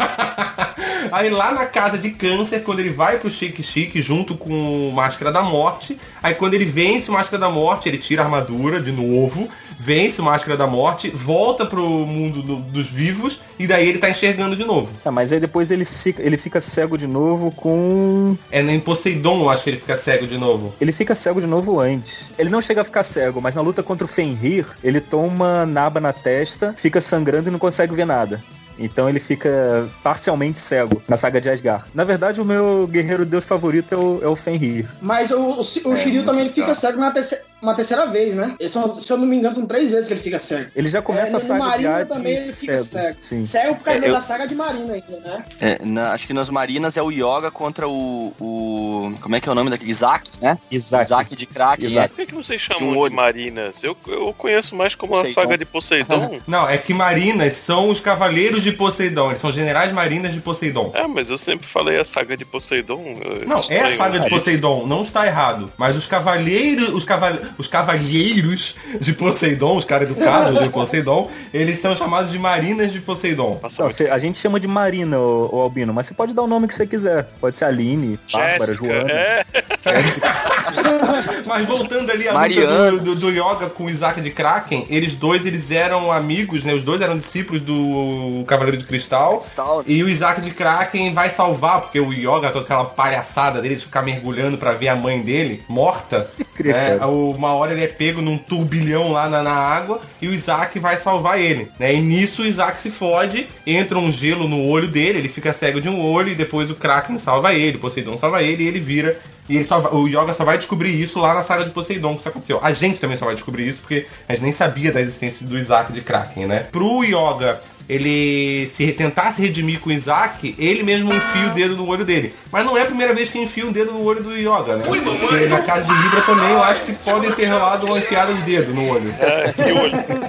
S2: Aí lá na casa de Câncer, quando ele vai pro Chique Chique junto com o Máscara da Morte, aí quando ele vence o Máscara da Morte, ele tira a armadura de novo, vence o Máscara da Morte, volta pro mundo dos vivos, e daí ele tá enxergando de novo.
S4: Mas aí depois ele fica cego de novo com...
S2: Em Poseidon, eu acho que ele fica cego de novo.
S4: Ele fica cego de novo antes. Ele não chega a ficar cego, mas na luta contra o Fenrir, ele toma uma naba na testa, fica sangrando e não consegue ver nada. Então ele fica parcialmente cego na saga de Asgard. Na verdade, o meu guerreiro deus favorito é o Fenrir.
S7: Mas o Shiryu também ele fica cego uma terceira vez, né? Se eu não me engano, são 3 vezes que ele fica cego.
S4: Ele já começa a saga
S7: Marina
S4: de Hades
S7: também ele fica cego.
S4: Sim.
S7: Cego por causa da saga de Marina ainda, né?
S6: Acho que nas Marinas é o Yoga contra o como é que é o nome daquele? Isaac, né?
S4: Isaac
S6: de Kraken.
S3: Por que vocês chamam de Marinas? Eu conheço mais como a saga de Poseidon.
S2: Não, é que Marinas são os cavaleiros de Poseidon. Eles são generais marinas de Poseidon.
S3: Mas eu sempre falei a saga de Poseidon.
S2: Não, é a saga de Poseidon, não está errado. Mas os cavaleiros de Poseidon, os caras educados de Poseidon, eles são chamados de marinas de Poseidon.
S4: Não, a gente chama de Marina, o Albino, mas você pode dar o nome que você quiser. Pode ser Aline, Bárbara, Joana.
S2: Mas voltando ali a luta do Yoga com o Isaac de Kraken, eles eram amigos, né? Os dois eram discípulos do Cavaleiro de Cristal. E o Isaac de Kraken vai salvar, porque o Yoga, com aquela palhaçada dele de ficar mergulhando pra ver a mãe dele morta, Uma hora ele é pego num turbilhão lá na água e o Isaac vai salvar ele, né? E nisso o Isaac se fode, entra um gelo no olho dele, ele fica cego de um olho e depois o Kraken salva ele, o Poseidon salva ele e ele vira. E o Yoga só vai descobrir isso lá na saga de Poseidon, que isso aconteceu. A gente também só vai descobrir isso porque a gente nem sabia da existência do Isaac de Kraken, né? Pro Yoga ele tentar se redimir com o Isaac, ele mesmo enfia o dedo no olho dele. Mas não é a primeira vez que enfia um dedo no olho do Yoga, né? Porque na casa de Libra também eu acho que podem ter rolado uma enfiada de dedo no olho.
S3: Que olho.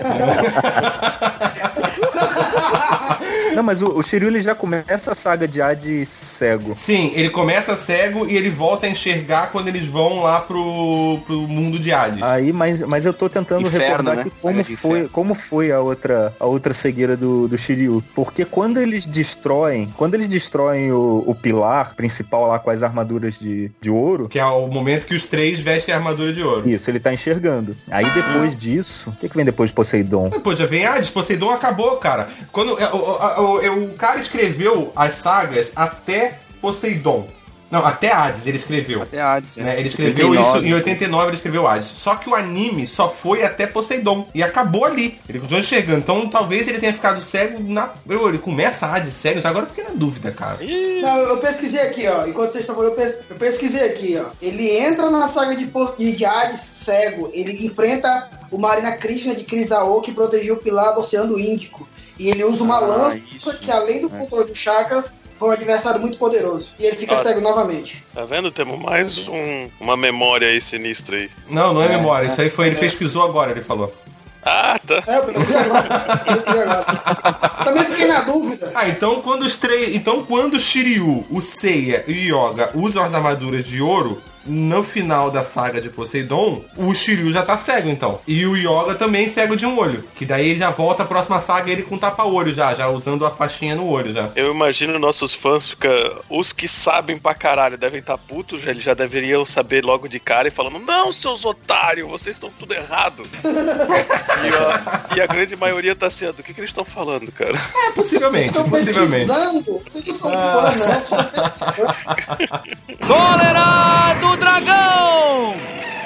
S4: Não, mas o Shiryu ele já começa a saga de Hades cego.
S2: Sim, ele começa cego e ele volta a enxergar quando eles vão lá pro mundo de Hades.
S4: Aí, mas eu tô tentando recordar aqui como foi a outra cegueira do Shiryu. Porque quando eles destroem o pilar principal lá com as armaduras de ouro...
S2: Que é o momento que os três vestem a armadura de ouro.
S4: Isso, ele tá enxergando. Aí depois disso... O que vem depois de Poseidon?
S2: Depois já vem Hades. Poseidon acabou, cara. Quando o cara escreveu as sagas até Poseidon. Não, até Hades ele escreveu.
S6: Até Hades,
S2: né? Ele escreveu 89, isso em 89, ele escreveu Hades. Só que o anime só foi até Poseidon. E acabou ali. Ele continuou enxergando. Então talvez ele tenha ficado cego Ele começa Hades cego. Já agora eu fiquei na dúvida, cara.
S7: Não, eu pesquisei aqui, ó. Enquanto vocês estão falando, eu pesquisei aqui, ó. Ele entra na saga de Hades cego. Ele enfrenta o Marina Krishna de Krisao, que protegeu o pilar do Oceano Índico. E ele usa uma lança que, além do controle dos chakras, foi um adversário muito poderoso. E ele fica cego novamente.
S3: Tá vendo? Temos mais uma memória aí sinistra aí.
S2: Não é memória. Isso aí foi... Ele pesquisou agora, ele falou.
S3: Ah, tá.
S7: Eu pesquisei agora. Também fiquei na dúvida.
S2: Então quando o Shiryu, o Seiya e o Yoga usam as armaduras de ouro, no final da saga de Poseidon, o Shiryu já tá cego, então. E o Yoga também cego de um olho. Que daí ele já volta a próxima saga ele com tapa-olho já usando a faixinha no olho já.
S3: Eu imagino nossos fãs os que sabem pra caralho devem estar putos, eles já deveriam saber logo de cara e falando: não, seus otários, vocês estão tudo errado. e a grande maioria tá assim: do que eles estão falando, cara?
S2: Possivelmente.
S7: Vocês estão pesquisando? Vocês não são fãs, não. Vocês estão pesquisando.
S5: Cólera do Dragão!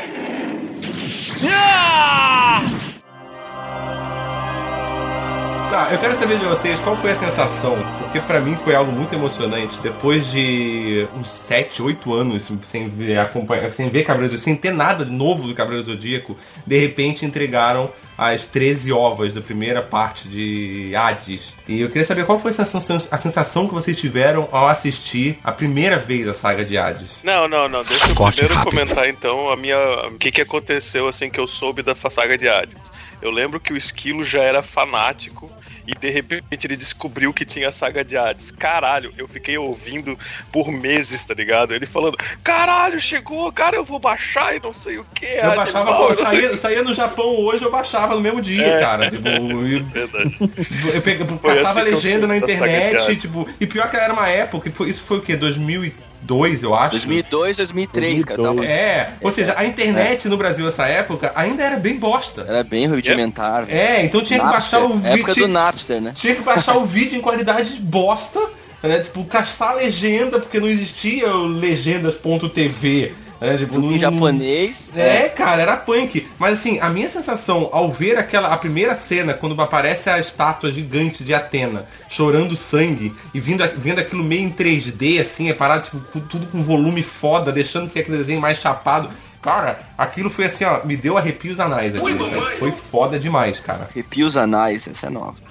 S2: Tá, eu quero saber de vocês qual foi a sensação, porque pra mim foi algo muito emocionante. Depois de uns 7, 8 anos sem ver Cavaleiro Zodíaco, sem ter nada novo do Cavaleiro Zodíaco, de repente entregaram as 13 ovas da primeira parte de Hades. E eu queria saber qual foi a sensação que vocês tiveram ao assistir a primeira vez a saga de Hades.
S3: Não. Deixa eu primeiro comentar então o que aconteceu assim que eu soube da saga de Hades. Eu lembro que o Esquilo já era fanático e de repente ele descobriu que tinha a saga de Hades. Caralho, eu fiquei ouvindo por meses, tá ligado? Ele falando: caralho, chegou, cara, eu vou baixar e não sei o que.
S2: Eu baixava, saía no Japão hoje, eu baixava no mesmo dia, cara. Tipo,
S3: verdade.
S2: Eu passava assim legenda na internet, tipo, e pior que era uma época, isso foi o quê? 2002, eu acho.
S6: 2002, 2003, cara.
S2: Ou seja, a internet no Brasil nessa época ainda era bem bosta.
S6: Era bem rudimentar.
S2: Então tinha que baixar o vídeo.
S6: Época do Napster, né?
S2: Tinha que baixar o vídeo em qualidade bosta, né? Tipo, caçar a legenda, porque não existia legendas.tv.
S6: Tudo em japonês.
S2: Cara, era punk. Mas assim, a minha sensação ao ver a primeira cena, quando aparece a estátua gigante de Atena chorando sangue e vendo aquilo meio em 3D, assim, parado, tipo, tudo com volume foda, deixando ser aquele desenho mais chapado. Cara, aquilo foi assim, ó, me deu arrepios anais. Foi foda demais, cara.
S6: Arrepios anais, essa é nova.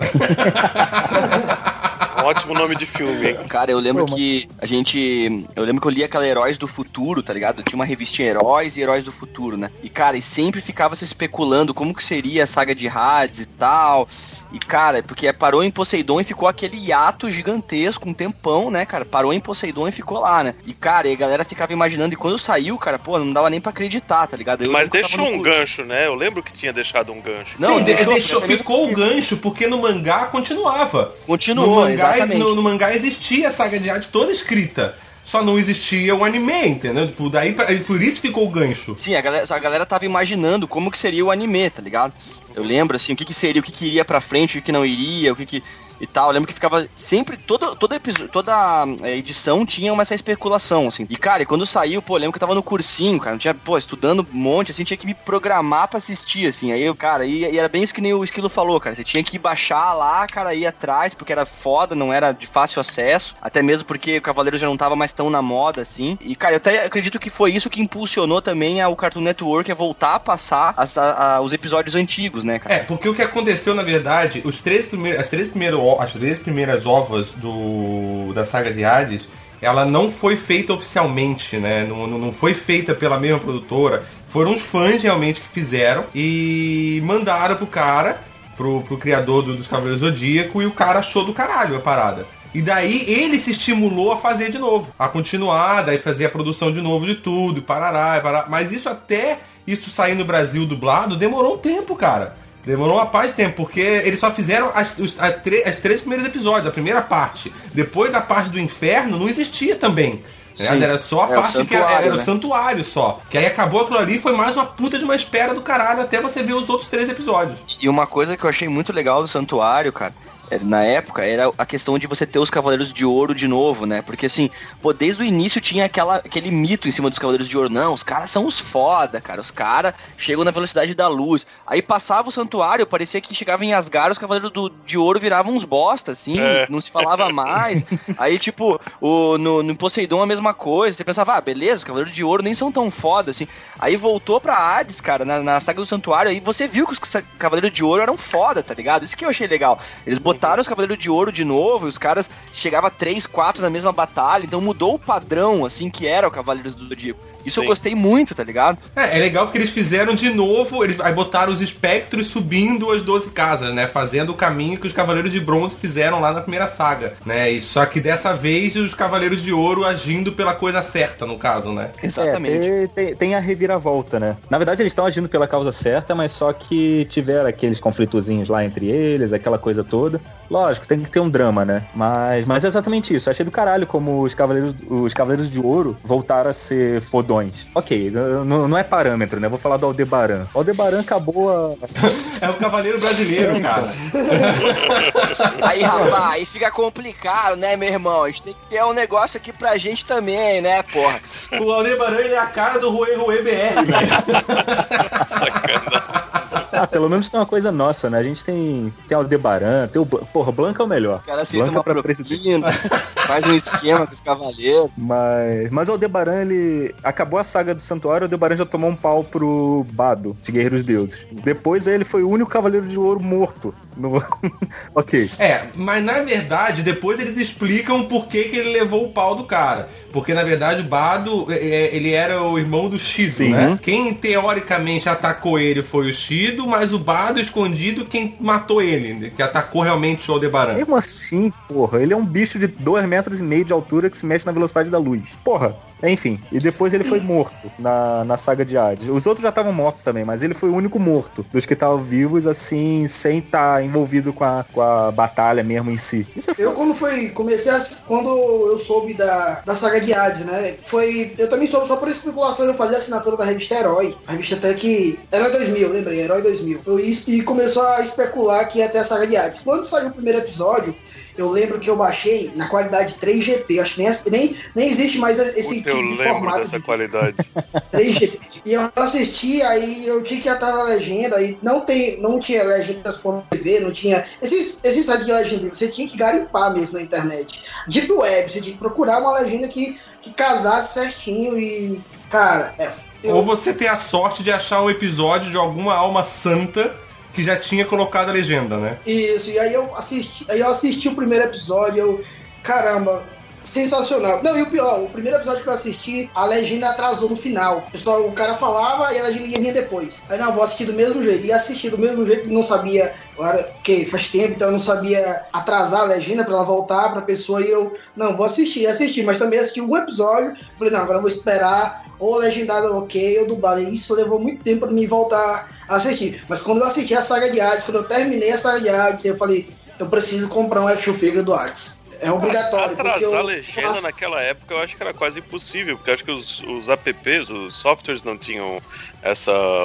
S3: Um ótimo nome de filme, hein?
S6: Cara, eu lembro que eu lembro que eu li aquela Heróis do Futuro, tá ligado? Tinha uma revistinha Heróis e Heróis do Futuro, né? E, cara, sempre ficava se especulando como que seria a saga de Hades e tal. E, cara, porque parou em Poseidon e ficou aquele hiato gigantesco, um tempão, né, cara? Parou em Poseidon e ficou lá, né? E, cara, e a galera ficava imaginando, e quando saiu, cara, pô, não dava nem pra acreditar, tá ligado?
S3: Mas deixou um gancho, né? Eu lembro que tinha deixado um gancho.
S2: Não, sim, ficou o gancho, porque no mangá continuava.
S6: Continuou, exatamente.
S2: No mangá existia a saga de Hades toda escrita. Só não existia o anime, entendeu? Tipo, daí, por isso ficou o gancho.
S6: Sim, a galera tava imaginando como que seria o anime, tá ligado? Eu lembro, assim, o que seria, o que iria pra frente, o que não iria, e tal. Eu lembro que ficava sempre, toda edição tinha essa especulação, assim. E, cara, quando saiu, eu lembro que eu tava no cursinho, cara, não tinha, estudando um monte, assim, tinha que me programar pra assistir, assim. Aí, cara, e era bem isso que nem o Esquilo falou, cara, você tinha que baixar lá, cara, ir atrás, porque era foda, não era de fácil acesso, até mesmo porque o Cavaleiro já não tava mais tão na moda, assim. E, cara, eu até acredito que foi isso que impulsionou também o Cartoon Network a voltar a passar os episódios antigos, né, cara?
S2: Porque o que aconteceu, na verdade, as três primeiras ovas da saga de Hades, ela não foi feita oficialmente, né? Não foi feita pela mesma produtora. Foram os fãs realmente que fizeram e mandaram pro cara, pro criador dos Cavaleiros do Zodíaco, e o cara achou do caralho a parada. E daí ele se estimulou a fazer de novo, a continuar, daí fazer a produção de novo de tudo, e parará. Mas isso sair no Brasil dublado demorou um tempo, cara. Demorou uma paz de tempo, porque eles só fizeram as três primeiros episódios, a primeira parte. Depois a parte do inferno não existia também. Né? Era só a parte que era o santuário só. Que aí acabou aquilo ali e foi mais uma puta de uma espera do caralho até você ver os outros 3 episódios.
S6: E uma coisa que eu achei muito legal do santuário, cara, na época, era a questão de você ter os Cavaleiros de Ouro de novo, né? Porque, assim, desde o início tinha aquele mito em cima dos Cavaleiros de Ouro. Não, os caras são os foda, cara. Os caras chegam na velocidade da luz. Aí passava o santuário, parecia que chegava em Asgard, os Cavaleiros de Ouro viravam uns bosta, assim, não se falava mais. Aí, tipo, no Poseidon a mesma coisa. Você pensava, beleza, os Cavaleiros de Ouro nem são tão foda, assim. Aí voltou pra Hades, cara, na saga do santuário, aí você viu que os Cavaleiros de Ouro eram foda, tá ligado? Isso que eu achei legal. Eles botaram os Cavaleiros de Ouro de novo, e os caras chegavam 3, 4 na mesma batalha, então mudou o padrão, assim, que era o Cavaleiros do Zodíaco. Isso eu gostei muito, tá ligado?
S2: É legal porque eles fizeram de novo, aí botaram os espectros subindo as 12 casas, né? Fazendo o caminho que os Cavaleiros de Bronze fizeram lá na primeira saga, né? E só que dessa vez os Cavaleiros de Ouro agindo pela coisa certa, no caso, né?
S4: Exatamente. Tem a reviravolta, né? Na verdade eles estão agindo pela causa certa, mas só que tiveram aqueles conflitozinhos lá entre eles, aquela coisa toda. Lógico, tem que ter um drama, né? Mas é exatamente isso. Eu achei do caralho como os Cavaleiros de Ouro voltaram a ser fodões. Ok, não é parâmetro, né? Vou falar do Aldebaran. Aldebaran acabou a...
S2: É o Cavaleiro brasileiro, cara.
S6: Aí, rapaz, aí fica complicado, né, meu irmão? A gente tem que ter um negócio aqui pra gente também, né, porra?
S2: O Aldebaran, ele é a cara do Rue BR, velho.
S6: Sacanagem.
S4: Pelo menos tem uma coisa nossa, né? A gente tem Aldebaran, tem o... Porra, Blanca é o melhor.
S6: O cara aceita uma propina, faz um esquema com os cavaleiros.
S4: Mas o Aldebaran, ele... Acabou a saga do santuário, o Aldebaran já tomou um pau pro Bado, de Guerreiros Deuses. Depois ele foi o único Cavaleiro de Ouro morto. Ok.
S2: Mas na verdade, depois eles explicam por que ele levou o pau do cara. Porque na verdade o Bado, ele era o irmão do Shido, né? Quem teoricamente atacou ele foi o Shido, mas o Bado escondido quem matou ele, que atacou realmente o Aldebaran.
S4: Mesmo assim, porra, ele é um bicho de 2,5 metros de altura que se mexe na velocidade da luz. Porra. Enfim, e depois ele foi morto na saga de Hades. Os outros já estavam mortos também, mas ele foi o único morto dos que estavam vivos, assim, sem estar envolvido com a batalha mesmo em si. Isso é foda.
S7: Quando eu soube da saga de Hades, né, eu também soube só por especulação, eu fazia assinatura da revista Herói, a revista até que, Herói 2000, lembrei, Herói 2000. E começou a especular que ia ter a saga de Hades. Quando saiu o primeiro episódio, eu lembro que eu baixei na qualidade 3GP. Acho que nem existe mais esse tipo de formato.
S3: Eu lembro dessa qualidade.
S7: 3GP. E eu assisti, aí eu tinha que ir atrás da legenda, aí não tinha legendas por TV, não tinha... Esses sites de legenda, você tinha que garimpar mesmo na internet. Deep Web, você tinha que procurar uma legenda que casasse certinho e... Cara,
S2: Ou você tem a sorte de achar um episódio de alguma alma santa que já tinha colocado a legenda, né?
S7: Isso, e aí eu assisti o primeiro episódio, caramba, sensacional. Não, e o pior, o primeiro episódio que eu assisti, a legenda atrasou no final. O cara falava e a legenda ia vir depois. Aí não, vou assistir do mesmo jeito. E assisti do mesmo jeito, não sabia, porque faz tempo, então eu não sabia atrasar a legenda pra ela voltar pra pessoa. E eu, não, vou assistir, mas também assisti um episódio. Falei, não, agora eu vou esperar ou legendado ok, ou dublado. E isso levou muito tempo pra mim voltar a assistir. Mas quando eu assisti a saga de Hades, quando eu terminei a saga de Hades, eu falei, eu preciso comprar um action figure do Hades. É obrigatório.
S3: Atrasar a legenda naquela época eu acho que era quase impossível, porque eu acho que os apps, os softwares não tinham essa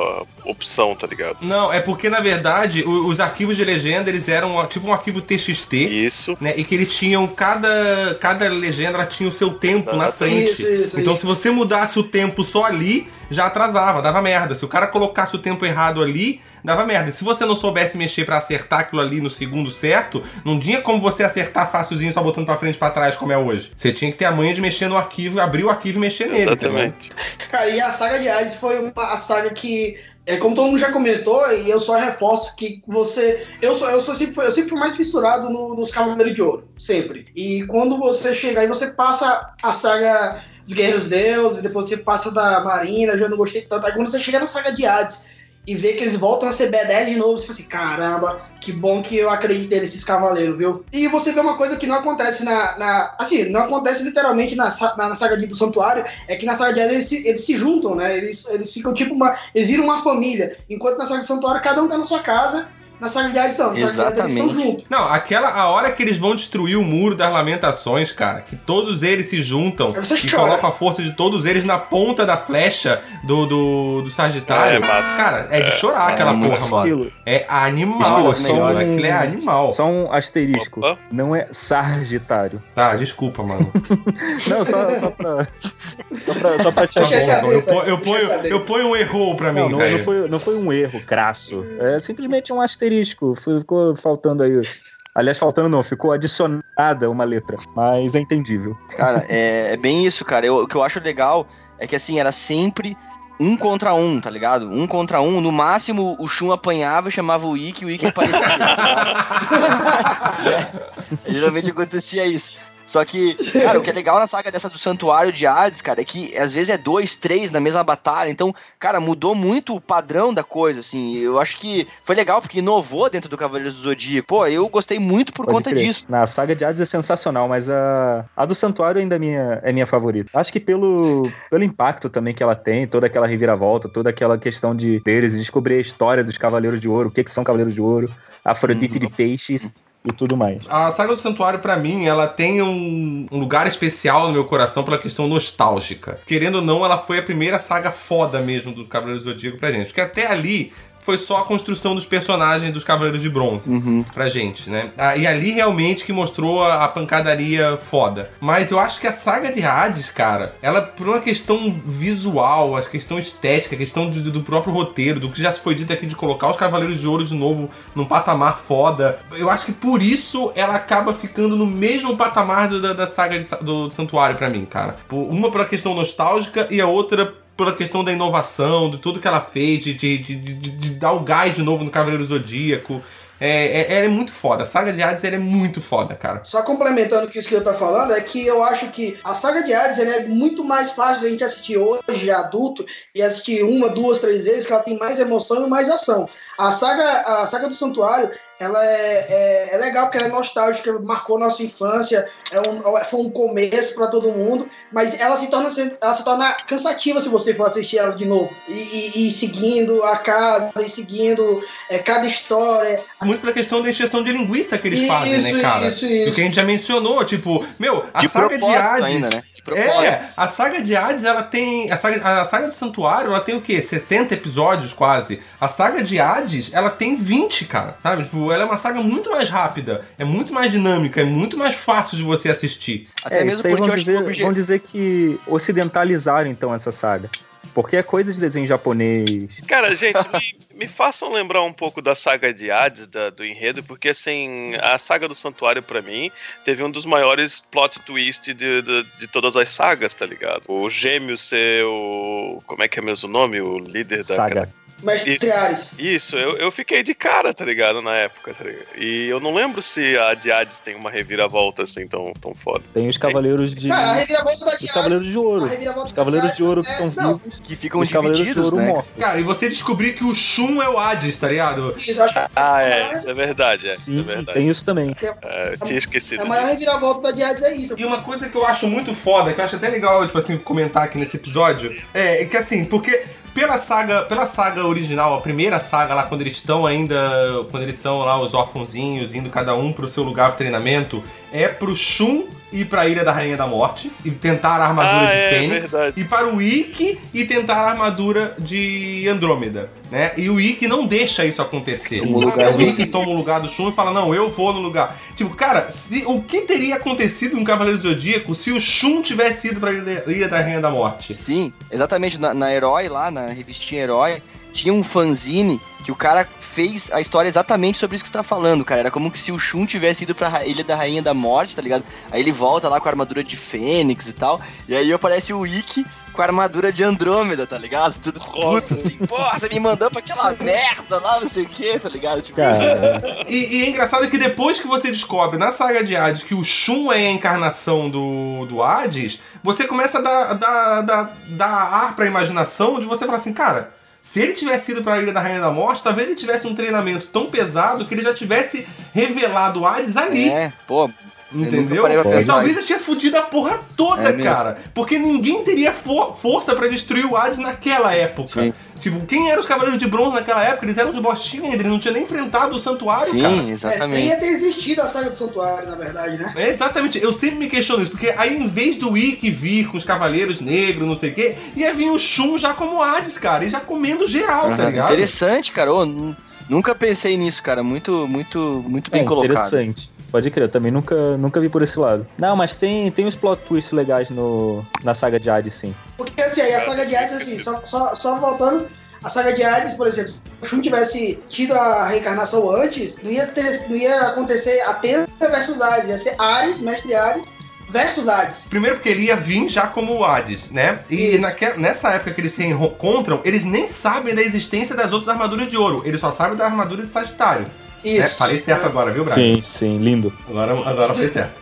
S3: opção, tá ligado?
S2: Não, é porque, na verdade, os arquivos de legenda, eles eram tipo um arquivo TXT.
S3: Isso.
S2: Né, e que eles tinham, cada legenda ela tinha o seu tempo na frente. Então, se você mudasse o tempo só ali, já atrasava, dava merda. Se o cara colocasse o tempo errado ali, dava merda. E se você não soubesse mexer pra acertar aquilo ali no segundo certo, não tinha como você acertar facilzinho só botando pra frente e pra trás, como é hoje. Você tinha que ter a manha de mexer no arquivo, abrir o arquivo e mexer nele.
S3: Exatamente.
S7: Cara, e a saga de Hades foi a saga que, como todo mundo já comentou, e eu só reforço que eu sempre fui mais fissurado nos Cavaleiros de Ouro, sempre. E quando você chega aí, você passa a saga dos Guerreiros Deuses, depois você passa da Marina, eu já não gostei tanto. Aí quando você chega na saga de Hades e vê que eles voltam a ser B10 de novo, você fala assim, caramba, que bom que eu acreditei nesses cavaleiros, viu? E você vê uma coisa que não acontece assim, não acontece literalmente na saga do Santuário, é que na saga de Hades eles se juntam, né? Eles ficam tipo eles viram uma família, enquanto na saga do Santuário cada um tá na sua casa. Na saga de Hades não, na saga de Hades eles estão juntos.
S2: Não, a hora que eles vão destruir o Muro das Lamentações, cara, que todos eles se juntam e colocam a força de todos eles na ponta da flecha do Sagitário. Cara, é de chorar aquela porra, mano. É animal, aquilo é animal.
S4: Só um asterisco. Opa. Não é Sagitário.
S2: Tá, desculpa, mano.
S4: Não, só pra te
S2: eu ponho um erro pra mim, velho.
S4: Não foi um erro crasso. É simplesmente um asterisco. Ficou faltando aí. Aliás, faltando não, ficou adicionada uma letra. Mas é entendível.
S6: Cara, é bem isso, cara. O que eu acho legal é que, assim, era sempre 1 contra 1, tá ligado? 1 contra 1. No máximo, o Shun apanhava, chamava o Ikki aparecia. Geralmente acontecia isso. Só que, cara, o que é legal na saga dessa do Santuário de Hades, cara, é que às vezes é 2, 3 na mesma batalha. Então, cara, mudou muito o padrão da coisa, assim. Eu acho que foi legal porque inovou dentro do Cavaleiros do Zodíaco. Pô, eu gostei muito por conta disso.
S4: Na saga de Hades é sensacional, mas a do Santuário ainda é minha favorita. Acho que pelo impacto também que ela tem, toda aquela reviravolta, toda aquela questão deles descobrir a história dos Cavaleiros de Ouro, o que são Cavaleiros de Ouro, Afrodite de peixes e tudo mais.
S2: A saga do Santuário, pra mim, ela tem um lugar especial no meu coração pela questão nostálgica. Querendo ou não, ela foi a primeira saga foda mesmo do Cavaleiros do Zodíaco pra gente. Porque até ali foi só a construção dos personagens dos Cavaleiros de Bronze pra gente, né? E ali realmente que mostrou a pancadaria foda. Mas eu acho que a saga de Hades, cara, ela, por uma questão visual, a questão estética, a questão do próprio roteiro, do que já foi dito aqui de colocar os Cavaleiros de Ouro de novo num patamar foda, eu acho que por isso ela acaba ficando no mesmo patamar da saga do Santuário pra mim, cara. Uma pela questão nostálgica e a outra pela questão da inovação, de tudo que ela fez, de dar o gás de novo no Cavaleiro Zodíaco. É muito foda. A saga de Hades é muito foda, cara.
S7: Só complementando o que o Esquilo tá falando, é que eu acho que a saga de Hades é muito mais fácil de a gente assistir hoje, adulto, e assistir 1, 2, 3 vezes, que ela tem mais emoção e mais ação. A saga do Santuário, ela é legal porque ela é nostálgica, marcou nossa infância, foi um começo pra todo mundo, mas ela se torna cansativa se você for assistir ela de novo. E seguindo a casa, e seguindo cada história.
S2: Muito pela questão da encheção de linguiça que eles fazem, né, cara? Isso. O que a gente já mencionou, tipo, a saga de Hades... Ainda, né? A saga de Hades, ela tem... A saga do Santuário, ela tem o quê? 70 episódios, quase. A saga de Hades, ela tem 20, cara, sabe? Tipo, ela é uma saga muito mais rápida, é muito mais dinâmica, é muito mais fácil de você assistir.
S4: Até mesmo porque vão dizer que ocidentalizaram, então, essa saga. Porque é coisa de desenho japonês.
S3: Cara, gente, me façam lembrar um pouco da saga de Hades, do enredo, porque, assim, a saga do Santuário, pra mim, teve um dos maiores plot twists de todas as sagas, tá ligado? O Gêmeo ser o... Como é que é mesmo o nome? O líder da...
S7: Saga. Mestre Ares.
S3: Isso, eu fiquei de cara, tá ligado, na época, tá ligado? E eu não lembro se a de Hades tem uma reviravolta assim tão foda.
S4: Tem os Cavaleiros de...
S7: Cara, a reviravolta da de
S4: Os Cavaleiros de Ouro. Os Cavaleiros de Ouro que estão vivos.
S6: Que ficam divididos, né? Mortos.
S2: Cara, e você descobrir que o Shun é o Hades, tá ligado?
S7: Isso, acho que...
S3: isso é verdade.
S4: Sim,
S3: é verdade.
S4: tem isso também.
S3: Eu tinha esquecido.
S7: A maior reviravolta da de Hades é isso.
S2: E uma coisa que eu acho muito foda, que eu acho até legal, tipo assim, comentar aqui nesse episódio, é que assim, porque... Pela saga original, a primeira saga lá, quando eles são lá os órfãozinhos, indo cada um pro seu lugar pro treinamento, é pro Shun ir pra Ilha da Rainha da Morte e tentar a armadura de Fênix.
S3: Verdade.
S2: E para o Ikki e tentar a armadura de Andrômeda, né? E o Ikki não deixa isso acontecer. O Ikki toma o lugar do Shun e fala, não, eu vou no lugar. Tipo, cara, o que teria acontecido no Cavaleiro do Zodíaco se o Shun tivesse ido pra Ilha da Rainha da Morte?
S6: Sim, exatamente. Na Herói, lá, na revistinha Herói, tinha um fanzine que o cara fez a história exatamente sobre isso que você tá falando, cara. Era como que se o Shun tivesse ido pra Ilha da Rainha da Morte, tá ligado? Aí ele volta lá com a armadura de Fênix e tal, e aí aparece o Ikki com a armadura de Andrômeda, tá ligado? Tudo puto, assim, pô, você me mandou pra aquela merda lá, não sei o que, tá ligado? Tipo,
S2: e é engraçado que depois que você descobre na saga de Hades que o Shun é a encarnação do Hades, você começa a dar ar pra imaginação de você falar assim, cara, se ele tivesse ido pra Ilha da Rainha da Morte, talvez ele tivesse um treinamento tão pesado que ele já tivesse revelado o Hades ali.
S6: Pô.
S2: Entendeu? E talvez ele tinha fudido a porra toda, cara. Porque ninguém teria força pra destruir o Hades naquela época. Sim. Tipo, quem eram os Cavaleiros de Bronze naquela época? Eles eram de bostinha ainda, eles não tinham nem enfrentado o Santuário, cara.
S6: Sim, exatamente.
S7: Nem ia ter existido a saga do Santuário, na verdade, né?
S2: Exatamente. Eu sempre me questiono isso, porque aí em vez do Ikki vir com os Cavaleiros Negros, não sei o quê, ia vir o Shun já como Hades, cara, e já comendo geral, tá ligado?
S6: Interessante, cara. Nunca pensei nisso, cara. Muito bem colocado.
S4: Interessante. Pode crer, eu também nunca vi por esse lado. Não, mas tem uns plot twists legais na saga de Hades, sim.
S7: Porque assim, aí a saga de Hades, assim, só voltando, a saga de Hades, por exemplo, se o Shun tivesse tido a reencarnação antes, não ia acontecer Atena versus Hades, ia ser Ares, Mestre Ares, versus Hades.
S2: Primeiro porque ele ia vir já como o Hades, né? E nessa época que eles se encontram, eles nem sabem da existência das outras armaduras de ouro, eles só sabem da armadura de Sagitário. Isso. Falei certo agora, viu, Brian?
S4: Sim, lindo.
S2: Agora foi certo.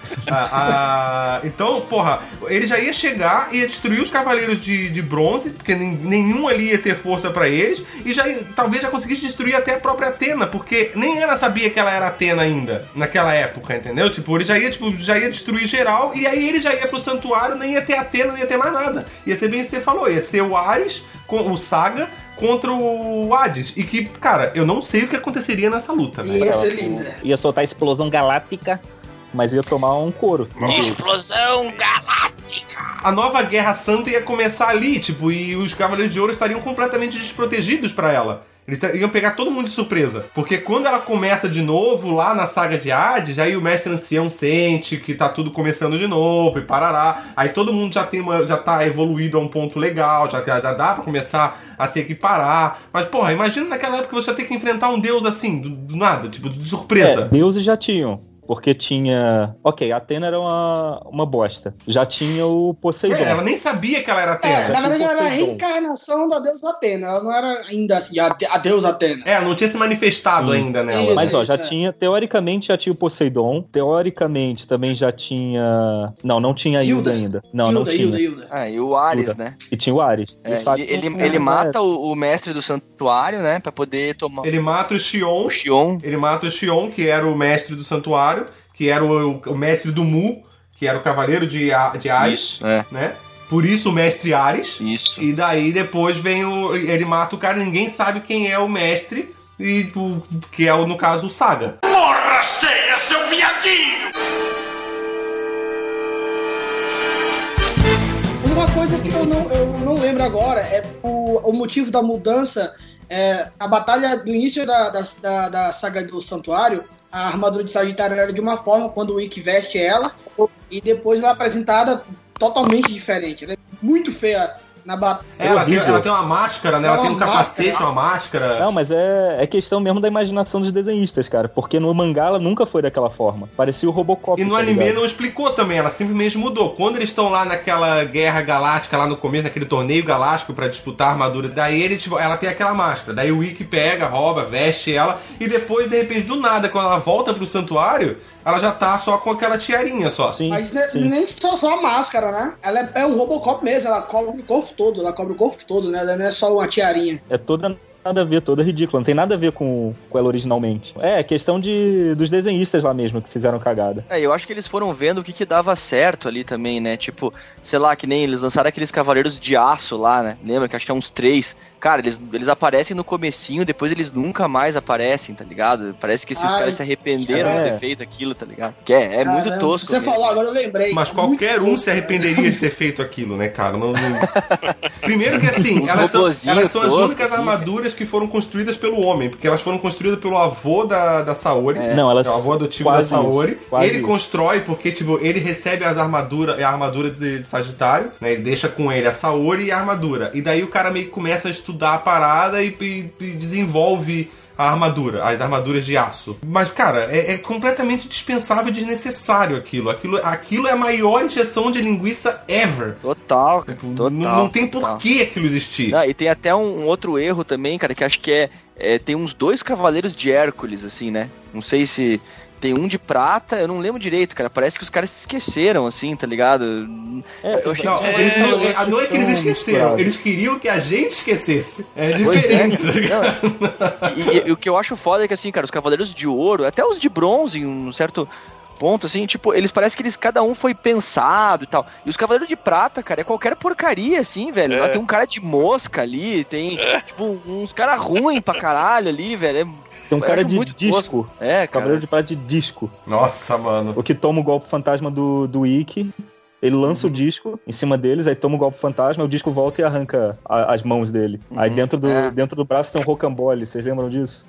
S2: Então, porra, ele já ia chegar e ia destruir os Cavaleiros de Bronze, porque nenhum ali ia ter força pra eles, e talvez já conseguisse destruir até a própria Atena, porque nem ela sabia que ela era Atena ainda, naquela época, entendeu? Tipo, ele já ia destruir geral, e aí ele já ia pro Santuário, nem ia ter Atena, não ia ter mais nada. Ia ser bem o que você falou, ia ser o Ares, o Saga, contra o Hades. E que, cara, eu não sei o que aconteceria nessa luta, né?
S7: Ia ser linda.
S4: Ia soltar a explosão galáctica, mas ia tomar um couro.
S6: Explosão galáctica!
S2: A nova Guerra Santa ia começar ali, tipo, e os Cavaleiros de Ouro estariam completamente desprotegidos pra ela. Eles iam pegar todo mundo de surpresa. Porque quando ela começa de novo lá na saga de Hades, aí o mestre ancião sente que tá tudo começando de novo e parará. Aí todo mundo já tá evoluído a um ponto legal, já dá pra começar a se equiparar. Mas, porra, imagina naquela época você ter que enfrentar um deus assim, do nada, tipo, de surpresa.
S4: Deuses já tinham. Porque tinha... Ok, a Atena era uma bosta. Já tinha o Poseidon.
S2: Ela nem sabia que ela era Atena.
S7: Na verdade, ela era a reencarnação da deusa Atena. Ela não era ainda assim, a deusa Atena.
S2: Não tinha se manifestado ainda nela.
S7: Isso,
S4: mas, já tinha... Teoricamente, já tinha o Poseidon. Teoricamente, também já tinha... Não tinha a Hilda ainda. Não tinha.
S6: Hilda. E o Ares, Hilda, né?
S4: E tinha o Ares.
S6: Ele mata o mestre do santuário, né? Pra poder tomar...
S2: Ele mata o Xion. Ele mata o Xion, que era o mestre do santuário, que era o mestre do Mu, que era o cavaleiro de Ares, né? Por isso o mestre Ares.
S6: Isso.
S2: E daí depois vem ele mata o cara, ninguém sabe quem é o mestre, que é, no caso, o Saga.
S5: Morra, ceia, seu viadinho!
S7: Uma coisa que eu não lembro agora é o motivo da mudança. A batalha do início da saga do Santuário, a armadura de Sagitário era de uma forma quando o Ikki veste ela, e depois ela é apresentada totalmente diferente. Ela é muito feia na batalha.
S2: Ela tem uma máscara, né? Ela tem um capacete, uma máscara.
S4: Não, mas é questão mesmo da imaginação dos desenhistas, cara. Porque no mangá ela nunca foi daquela forma. Parecia o Robocop.
S2: E no anime não explicou também, ela simplesmente mudou. Quando eles estão lá naquela guerra galáctica, lá no começo, naquele torneio galáctico pra disputar armaduras, daí ela tem aquela máscara. Daí o Ikki pega, rouba, veste ela, e depois, de repente, do nada, quando ela volta pro santuário, ela já tá só com aquela tiarinha só.
S7: Sim, mas nem só a máscara, né? Ela é um Robocop mesmo, ela cobre o corpo todo, né? Ela não é só uma tiarinha.
S4: É toda nada a ver, toda ridícula. Não tem nada a ver com ela originalmente. É questão dos desenhistas lá mesmo que fizeram cagada.
S6: Eu acho que eles foram vendo o que dava certo ali também, né? Tipo, sei lá, que nem eles lançaram aqueles Cavaleiros de Aço lá, né? Lembra que acho que é uns 3. Cara, eles aparecem no comecinho, depois eles nunca mais aparecem, tá ligado? Parece que os caras se arrependeram de ter feito aquilo, tá ligado? Que é muito tosco.
S7: Você falou, agora eu lembrei.
S2: Mas qualquer um se arrependeria de ter feito aquilo, né, cara? Primeiro que assim, elas são as únicas armaduras que foram construídas pelo homem, porque elas foram construídas pelo avô da Saori.
S4: Não, elas
S2: o avô adotivo da Saori. Ele constrói porque, tipo, ele recebe a armadura de Sagitário, né? Ele deixa com ele a Saori e a armadura. E daí o cara meio que começa a estudar a parada e desenvolve as armaduras de aço. Mas, cara, é completamente dispensável e desnecessário aquilo. Aquilo é a maior injeção de linguiça ever.
S6: Total, cara.
S2: Não tem porquê aquilo existir.
S6: E tem até um outro erro também, cara, que acho que tem uns 2 Cavaleiros de Hércules, assim, né? Não sei se... Tem um de prata, eu não lembro direito, cara. Parece que os caras se esqueceram, assim, tá ligado?
S2: Eu achei não é que eles esqueceram, eles queriam que a gente esquecesse. É diferente, tá ligado?
S6: E o que eu acho foda é que, assim, cara, os Cavaleiros de Ouro, até os de bronze, em um certo ponto, assim, tipo, eles parecem que cada um foi pensado e tal. E os Cavaleiros de Prata, cara, é qualquer porcaria, assim, velho. Lá tem um cara de mosca ali, tem, tipo, uns caras ruins pra caralho ali, velho.
S4: Tem um cara de disco.
S6: Cara.
S4: Cavaleiro de Prata de disco.
S2: Nossa, mano.
S4: O que toma o golpe fantasma do Ikki. Ele lança o disco em cima deles, aí toma o golpe fantasma, o disco volta e arranca as mãos dele. Aí dentro do braço tem um rocambole, vocês lembram disso?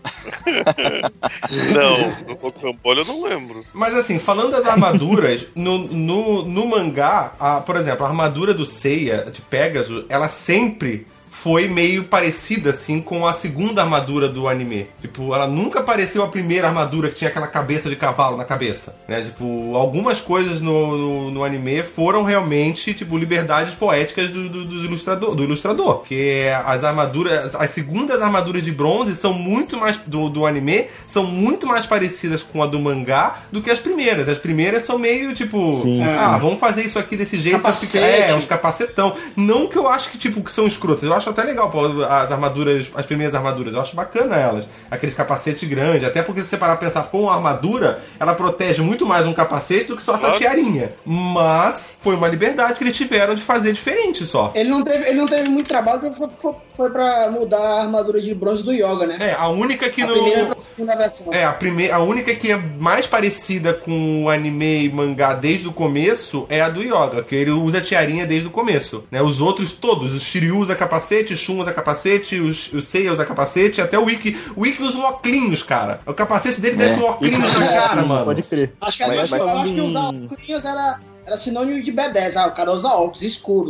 S3: Não, o rocambole eu não lembro.
S2: Mas assim, falando das armaduras, no mangá, por exemplo, a armadura do Seiya, de Pegasus, ela sempre foi meio parecida, assim, com a segunda armadura do anime. Tipo, ela nunca pareceu a primeira armadura que tinha aquela cabeça de cavalo na cabeça, né? Tipo, algumas coisas no anime foram realmente, tipo, liberdades poéticas do ilustrador. Porque as segundas armaduras de bronze são muito mais, do anime, são muito mais parecidas com a do mangá do que as primeiras. As primeiras são meio, tipo, sim. Vamos fazer isso aqui desse jeito. Uns capacetão. Não que eu acho que, tipo, que são escrotas. Eu acho até legal as primeiras armaduras, eu acho bacana elas, aqueles capacetes grandes, até porque se você parar pra pensar com a armadura, ela protege muito mais um capacete do que só essa tiarinha, mas foi uma liberdade que eles tiveram de fazer diferente só.
S7: Ele não teve muito trabalho, porque foi pra mudar a armadura de bronze do Yoga, né?
S2: A única que
S7: a primeira pra segunda versão.
S2: A única que é mais parecida com o anime e mangá desde o começo é a do Yoga, que ele usa a tiarinha desde o começo, né? Os outros todos, o Shiryu usa capacete, o Shun usa capacete, o Seiya usa capacete, até o Ikki usa um óculos, cara. O capacete dele deve ser um óculos na cara, mano.
S4: Pode crer.
S7: Acho que usar óculos era sinônimo de B10. O cara usa óculos escuro.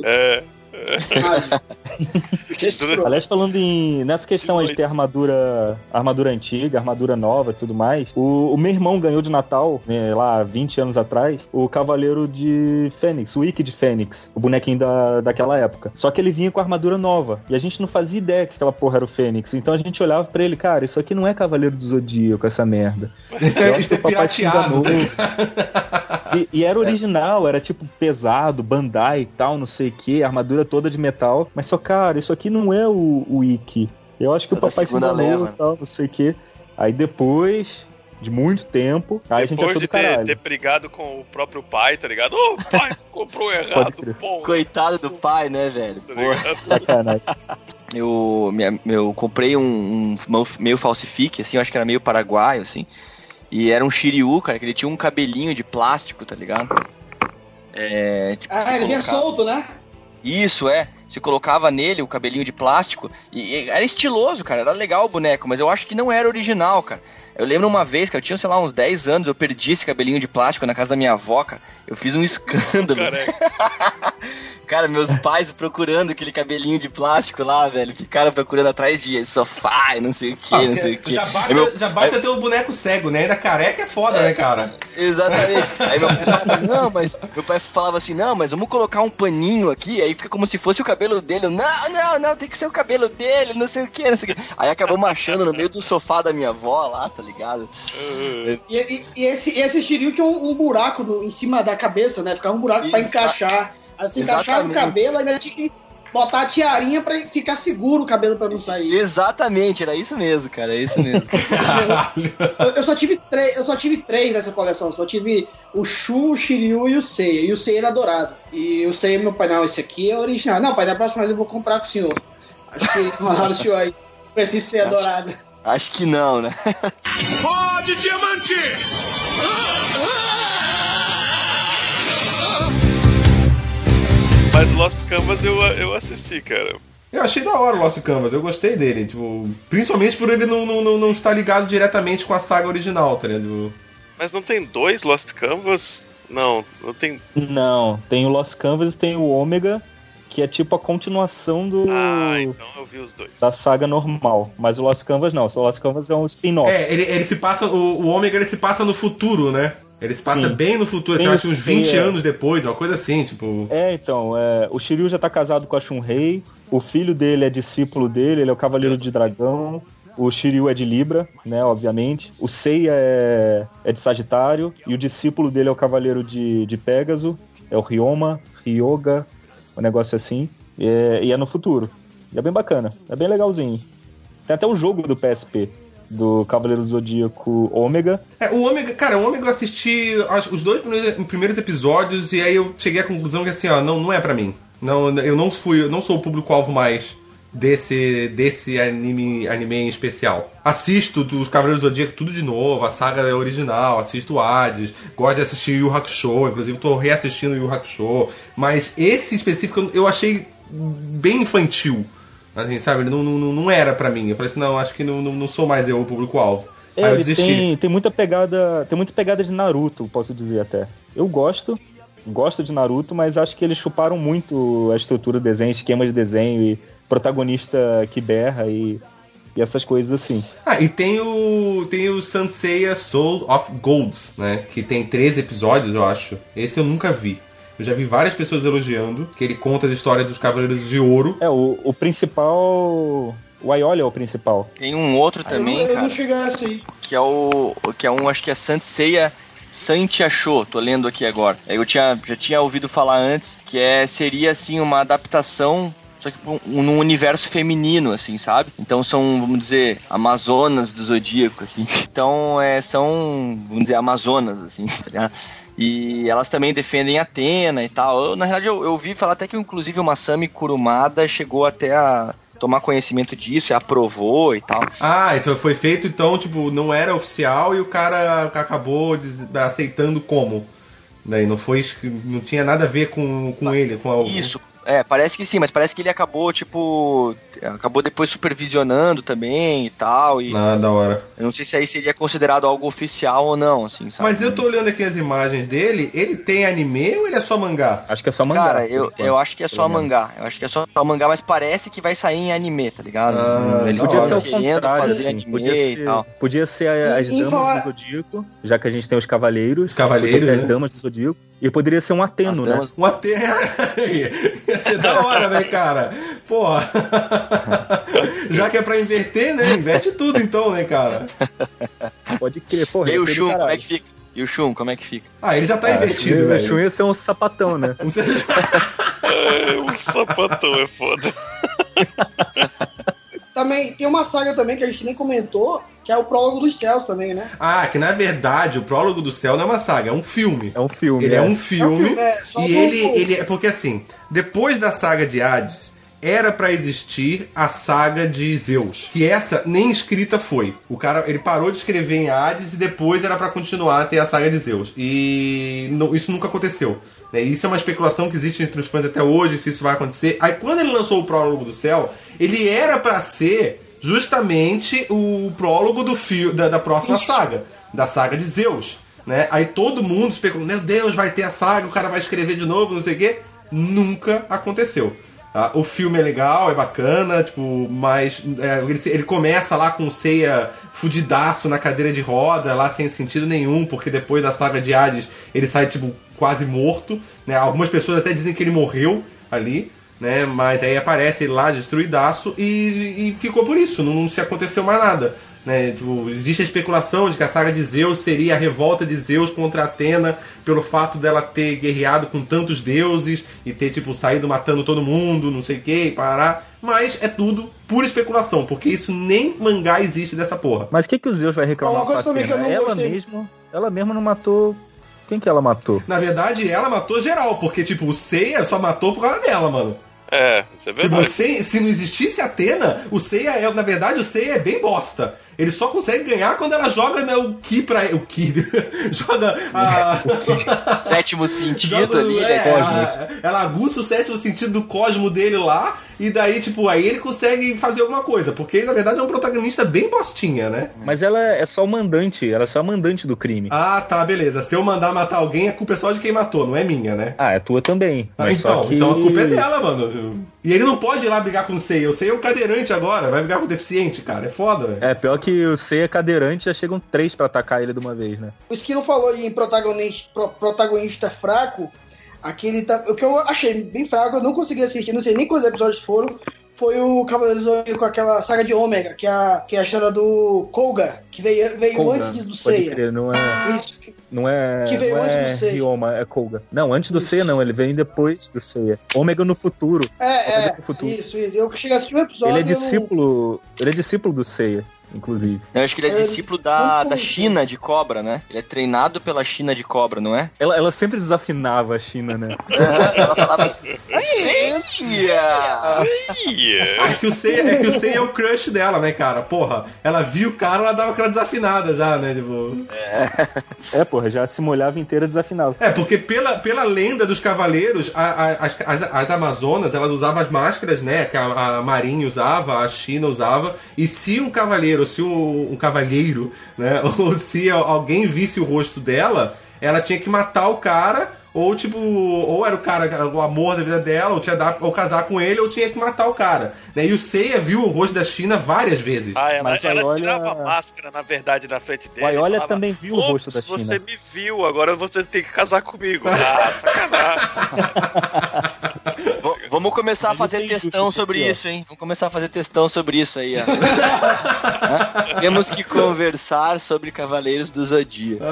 S4: Aliás, falando nessa questão aí de ter armadura antiga, armadura nova e tudo mais, o meu irmão ganhou de Natal, lá 20 anos atrás, o Cavaleiro de Fênix, o Ikki de Fênix, o bonequinho daquela época. Só que ele vinha com a armadura nova, e a gente não fazia ideia que aquela porra era o Fênix. Então a gente olhava pra ele, cara, isso aqui não é Cavaleiro do Zodíaco, essa merda.
S2: Isso é pirateado.
S4: E era original, era tipo pesado, Bandai e tal, não sei o que, armadura toda de metal, mas só, cara, isso aqui não é o Ikki. Eu acho que o papai se enganou e tal, não sei o que. Aí depois de muito tempo, aí a gente achou do caralho.
S3: Depois de ter brigado com o próprio pai, tá ligado? Ô, pai, comprou errado, pô.
S6: Coitado do pai, né, velho? Tá
S4: sacanagem.
S6: Eu comprei um meio falsifique, assim, eu acho que era meio paraguaio, assim. E era um Shiryu, cara, que ele tinha um cabelinho de plástico, tá ligado?
S7: Ele vinha solto, né?
S6: Isso, Você colocava nele o cabelinho de plástico e era estiloso, cara. Era legal o boneco, mas eu acho que não era original, cara. Eu lembro uma vez, que eu tinha, sei lá, uns 10 anos, eu perdi esse cabelinho de plástico na casa da minha avó, cara. Eu fiz um escândalo. Cara, meus pais procurando aquele cabelinho de plástico lá, velho. Ficaram procurando atrás de sofá e não sei o que, não sei o que.
S2: Já basta ter o boneco cego, né? Ainda careca é foda, né, cara?
S6: Exatamente. Aí meu pai falava assim, não, mas vamos colocar um paninho aqui, aí fica como se fosse o cabelo dele. Não, tem que ser o cabelo dele, não sei o que, não sei o que. Aí acabou machando no meio do sofá da minha avó lá, tá ligado?
S7: E esse Shiryu tinha um buraco em cima da cabeça, né? Ficava um buraco pra encaixar. Aí você encaixava o cabelo, ainda tinha que botar a tiarinha pra ficar seguro o cabelo pra não sair.
S6: Exatamente, era isso mesmo, cara, é isso mesmo.
S7: eu só tive três nessa coleção. Só tive o Shu, o Shiryu e o Seiya. E o Seiya era dourado. E o Seiya, meu pai, não, esse aqui é original. Não, pai, da próxima vez eu vou comprar com o senhor. Acho que o senhor aí precisa ser adorado.
S6: Acho que não, né?
S5: Pode, diamante!
S3: Mas Lost Canvas eu assisti, cara.
S2: Eu achei da hora o Lost Canvas, eu gostei dele, tipo, principalmente por ele não estar ligado diretamente com a saga original, tá ligado?
S3: Mas não tem 2 Lost Canvas? Não tem.
S4: Não, tem o Lost Canvas e tem o Ômega, que é tipo a continuação do...
S3: Ah, então eu vi os 2.
S4: Da saga normal. Mas o Lost Canvas não, o Lost Canvas é um spin-off.
S2: Ele se passa, o Ômega ele se passa no futuro, né? Ele se passa bem no futuro, eu acho uns 20 anos depois, uma coisa assim, tipo...
S4: O Shiryu já tá casado com a Shunrei, o filho dele é discípulo dele, ele é o Cavaleiro de Dragão, o Shiryu é de Libra, né, obviamente, o Seiya é de Sagitário, e o discípulo dele é o Cavaleiro de Pégaso, é o Ryoga, um negócio assim, e é no futuro. E é bem bacana, é bem legalzinho. Tem até um jogo do PSP. Do Cavaleiro do Zodíaco Ômega.
S2: O Ômega, cara, o Ômega eu assisti os 2 primeiros episódios e aí eu cheguei à conclusão que assim, ó, não é pra mim. Não, eu não sou o público-alvo mais desse anime em especial. Assisto os Cavaleiros do Zodíaco tudo de novo, a saga original, assisto o Hades, gosto de assistir Yu Hakusho, inclusive tô reassistindo Yu Hakusho, mas esse específico eu achei bem infantil. Assim, sabe, não era pra mim. Eu falei assim, não, acho que não sou mais eu o público-alvo. Aí eu desisti.
S4: Tem muita pegada de Naruto, posso dizer até. Eu gosto de Naruto, mas acho que eles chuparam muito a estrutura do desenho, esquema de desenho e protagonista que berra e essas coisas assim.
S2: E tem o Sanseiya Soul of Gold, né, que tem 13 episódios, eu acho. Esse eu nunca vi. Eu já vi várias pessoas elogiando, que ele conta as histórias dos Cavaleiros de Ouro.
S4: O principal... O Aioli é o principal.
S6: Tem um outro também, cara.
S7: Eu não cheguei a esse aí.
S6: Que é um, acho que é Sanseiya Santiacho, tô lendo aqui agora. Eu já tinha ouvido falar antes, que seria, assim, uma adaptação... Só que num universo feminino, assim, sabe? Então são, vamos dizer, Amazonas do Zodíaco, assim. Então são, vamos dizer, Amazonas, assim, tá ligado? E elas também defendem Atena e tal. Na realidade, eu ouvi falar até que, inclusive, o Masami Kurumada chegou até a tomar conhecimento disso e aprovou e tal.
S2: Então foi feito, então, tipo, não era oficial e o cara acabou aceitando como? Daí não tinha nada a ver com ele, com algo.
S6: Isso. Parece que sim, mas parece que ele acabou depois supervisionando também e tal.
S2: Da hora.
S6: Eu não sei se aí seria considerado algo oficial ou não, assim, sabe?
S2: Mas eu tô olhando aqui as imagens dele, ele tem anime ou ele é só mangá?
S4: Acho que é só mangá.
S6: Cara, eu acho que é só mangá. Eu acho que é só mangá, mas parece que vai sair em anime, tá ligado? Eles
S4: podia ser o
S6: querendo
S4: contrário,
S6: fazer
S4: assim,
S6: anime e tal.
S4: Podia ser as damas do Zodíaco, já que a gente tem os Cavaleiros. Podia ser as damas do Zodíaco. E poderia ser um Ateno, né?
S2: Um Ateno. Ia ser da hora, né, cara? Porra. Já que é pra inverter, né? Inverte tudo então, né, cara?
S4: Pode crer, porra.
S6: E o Shun, como é que fica? E o Shun, como é que fica?
S2: Ele já tá invertido, velho.
S4: O Shun ia ser um sapatão, né?
S3: Um sapatão é foda.
S7: Também tem uma saga também que a gente nem comentou, que é o Prólogo dos Céus também, né?
S2: Que na verdade o Prólogo do Céu não é uma saga, é um filme.
S4: É um filme.
S2: Ele é um filme. E ele é porque assim, depois da saga de Hades, era pra existir a saga de Zeus, que essa nem escrita foi. O cara, ele parou de escrever em Hades e depois era pra continuar a ter a saga de Zeus. E isso nunca aconteceu. Isso é uma especulação que existe entre os fãs até hoje, se isso vai acontecer. Aí quando ele lançou o Prólogo do Céu, ele era pra ser justamente o prólogo da próxima saga, da saga de Zeus, né? Aí todo mundo especulou, meu Deus, vai ter a saga, o cara vai escrever de novo, não sei o quê. Nunca aconteceu. O filme é legal, é bacana, tipo, mas ele começa lá com o Seiya fudidaço na cadeira de roda, lá sem sentido nenhum, porque depois da saga de Hades ele sai, tipo, quase morto, né? Algumas pessoas até dizem que ele morreu ali, né? Mas aí aparece ele lá destruidaço e ficou por isso, não se aconteceu mais nada. né? Tipo, existe a especulação de que a saga de Zeus seria a revolta de Zeus contra Atena pelo fato dela ter guerreado com tantos deuses e ter, tipo, saído matando todo mundo, não sei o que, e parar. Mas é tudo pura especulação, porque isso nem mangá existe dessa porra.
S4: Mas o que o Zeus vai reclamar com a Atena? Ela mesma não matou... Quem que ela matou?
S2: Na verdade, ela matou geral, porque, tipo, o Seiya só matou por causa dela, mano.
S3: Isso é verdade.
S2: Se não existisse Atena, o Seiya na verdade, o Seiya é bem bosta. Ele só consegue ganhar quando ela joga, né, o Ki pra ele. O Ki. Joga
S6: o sétimo sentido ali,
S2: ela aguça o sétimo sentido do cosmo dele lá. E daí, tipo, aí ele consegue fazer alguma coisa. Porque ele, na verdade, é um protagonista bem bostinha, né?
S4: Mas ela é só o mandante. Ela é só a mandante do crime.
S2: Ah, tá, beleza. Se eu mandar matar alguém, a culpa é só de quem matou, não é minha, né?
S4: É tua também.
S2: Então a culpa é dela, mano. E ele não pode ir lá brigar com o Seiya. O Seiya é um cadeirante agora. Vai brigar com o deficiente, cara. É foda, velho.
S4: Pior que o Seiya é cadeirante, já chegam 3 pra atacar ele de uma vez, né?
S7: O Esquilo falou em protagonista fraco. O que eu achei bem fraco, eu não consegui assistir, não sei nem quantos episódios foram, foi o Cavaleiro do Zodíaco com aquela saga de Ômega, que é a história do Koga, que veio
S4: Koga,
S7: antes do Seiya.
S4: Pode crer, não é...
S7: Isso.
S4: Não é,
S7: que veio
S4: não
S7: antes
S4: é
S7: do Seiya.
S4: Ryoma, é Koga. Não, antes do Seiya não, ele vem depois do Seiya. Ômega no futuro.
S7: Isso. Eu cheguei a assistir um episódio...
S4: Ele é discípulo do Seiya, inclusive.
S6: Eu acho que ele é discípulo da China de cobra, né? Ele é treinado pela China de cobra, não é?
S4: Ela sempre desafinava a China, né?
S6: Ela falava assim... Seiya!
S2: É que o Seiya é o crush dela, né, cara? Porra, ela viu o cara, ela dava aquela desafinada já, né? Tipo...
S4: Porra, já se molhava inteira desafinava.
S2: Porque pela lenda dos cavaleiros, as Amazonas, elas usavam as máscaras, né? Que a Marinha usava, a China usava, e se um cavaleiro, se um cavalheiro, né? Ou se alguém visse o rosto dela, ela tinha que matar o cara, ou tipo, ou era o cara, o amor da vida dela, ou casar com ele, ou tinha que matar o cara. Né? E o Seiya viu o rosto da China várias vezes.
S3: Ela tirava a máscara, na verdade, na frente dele.
S4: O Aiolia também viu o rosto da China.
S3: Você me viu, agora você tem que casar comigo. Sacanagem.
S6: Vamos começar a fazer textão sobre isso, hein? Vamos começar a fazer textão sobre isso aí, ó. Temos que conversar sobre Cavaleiros do Zodíaco.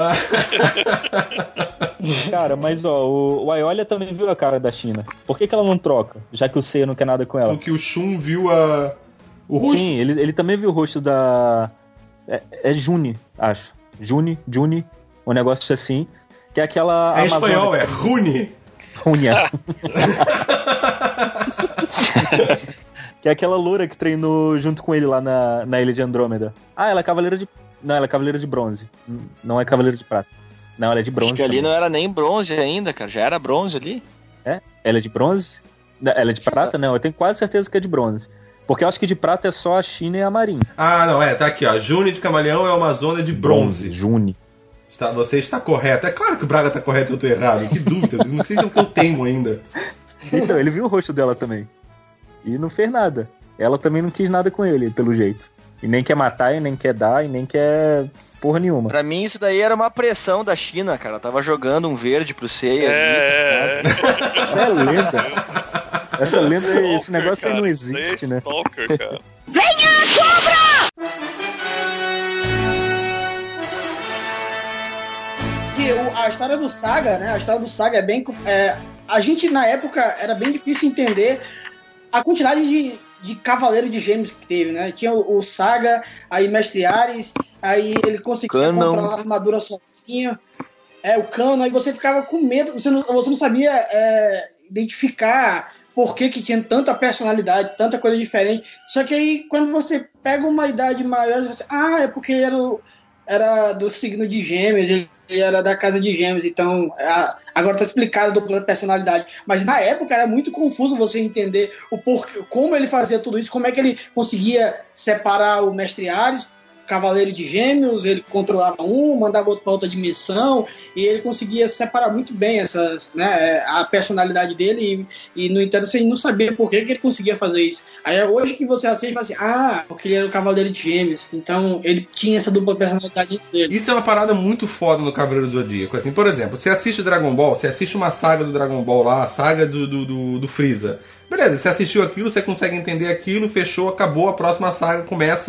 S4: Cara, mas ó, o Aiolia também viu a cara da China. Por que ela não troca? Já que o Seiya não quer nada com ela.
S2: Porque o Shun viu o rosto.
S4: Sim, ele também viu o rosto da... É Juni, acho. Juni, um negócio assim. Que é aquela...
S2: É espanhol, é Rune.
S4: Runia. Que é aquela loura que treinou junto com ele lá na ilha de Andrômeda. Ela é cavaleira de... Não, ela é cavaleira de bronze. Não é cavaleira de prata. Não, ela é de bronze.
S6: Acho que ali também não era nem bronze ainda, cara. Já era bronze ali.
S4: Ela é de bronze? Ela é de prata? Não, eu tenho quase certeza que é de bronze. Porque eu acho que de prata é só a China e a Marinha.
S2: Não, tá aqui, ó. June de Camaleão é uma Amazônia de bronze.
S4: June.
S2: Você está correto. É claro que o Braga tá correto e eu tô errado. Que dúvida. Não sei o que eu tenho ainda.
S4: Então, ele viu o rosto dela também. E não fez nada. Ela também não quis nada com ele, pelo jeito. E nem quer matar, e nem quer dar, e nem quer porra nenhuma.
S6: Pra mim, isso daí era uma pressão da China, cara. Ela tava jogando um verde pro Seiya ali.
S4: Isso é lenda. Essa lenda, stalker, esse negócio cara, aí não existe, né?
S3: Stalker, cara.
S5: Venha, cobra!
S7: A história do Saga, né? A história do Saga é bem... a gente, na época, era bem difícil entender a quantidade de cavaleiro de gêmeos que teve, né? Tinha o Saga, aí Mestre Ares, aí ele conseguia controlar a armadura sozinho. O Cano, aí você ficava com medo, você não sabia identificar por que tinha tanta personalidade, tanta coisa diferente. Só que aí, quando você pega uma idade maior, você é porque era do signo de Gêmeos, ele era da casa de Gêmeos, então agora tá explicado a dupla personalidade. Mas na época era muito confuso você entender o porquê, como ele fazia tudo isso, como é que ele conseguia separar o Mestre Ares, Cavaleiro de Gêmeos, ele controlava mandava outro para outra dimensão, e ele conseguia separar muito bem a personalidade dele, e no entanto você não sabia por que ele conseguia fazer isso. Aí hoje que você aceita e fala assim, porque ele era o Cavaleiro de Gêmeos, então ele tinha essa dupla personalidade dele.
S2: Isso é uma parada muito foda no Cavaleiro do Zodíaco. Assim, por exemplo, você assiste Dragon Ball, você assiste uma saga do Dragon Ball lá, a saga do Freeza. Beleza, você assistiu aquilo, você consegue entender aquilo, fechou, acabou, a próxima saga começa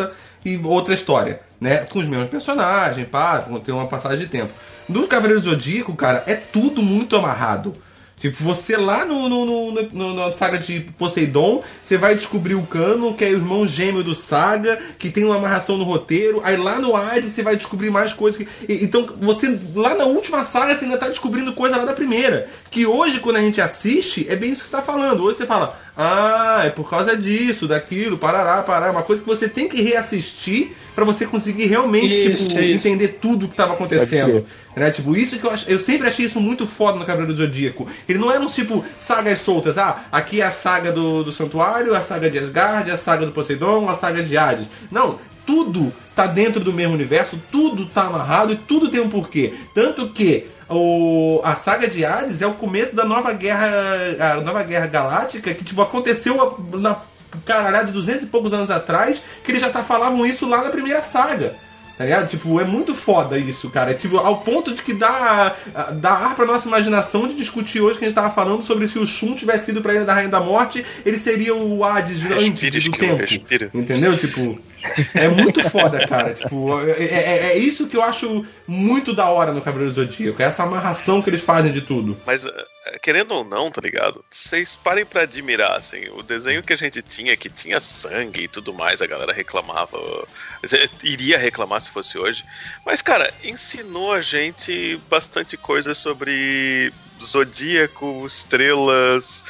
S2: e outra história, né? Com os mesmos personagens, tem uma passagem de tempo. No Cavaleiro do Zodíaco, cara, é tudo muito amarrado. Tipo, você lá na saga de Poseidon, você vai descobrir o Cano, que é o irmão gêmeo do Saga, que tem uma amarração no roteiro. Aí lá no Hades você vai descobrir mais coisas. Então, você lá na última saga você ainda tá descobrindo coisa lá da primeira. Que hoje, quando a gente assiste, é bem isso que você tá falando. Hoje você fala, é por causa disso, daquilo, parará. Uma coisa que você tem que reassistir pra você conseguir realmente entender tudo que tava acontecendo. Né? Tipo, isso que eu sempre achei isso muito foda no Cavaleiro do Zodíaco. Ele não era tipo sagas soltas. Aqui é a saga do Santuário, a saga de Asgard, a saga do Poseidon, a saga de Hades. Não, tudo tá dentro do mesmo universo, tudo tá amarrado e tudo tem um porquê. Tanto que a saga de Hades é o começo da nova guerra galáctica, que tipo, aconteceu na caralhada de 200 e poucos anos atrás, que eles já falavam isso lá na primeira saga. Tá ligado? Tipo, é muito foda isso, cara. É, tipo, ao ponto de que dá ar pra nossa imaginação de discutir hoje que a gente tava falando sobre se o Shun tivesse ido pra Ilha da Rainha da Morte, ele seria o Hades antes do tempo. Entendeu? Tipo, é muito foda, cara. Tipo, é isso que eu acho muito da hora no Cavaleiro do Zodíaco. É essa amarração que eles fazem de tudo.
S3: Mas, querendo ou não, tá ligado? Vocês parem pra admirar, assim, o desenho que a gente tinha, que tinha sangue e tudo mais, a galera reclamava, iria reclamar se fosse hoje. Mas, cara, ensinou a gente bastante coisa sobre zodíaco, estrelas,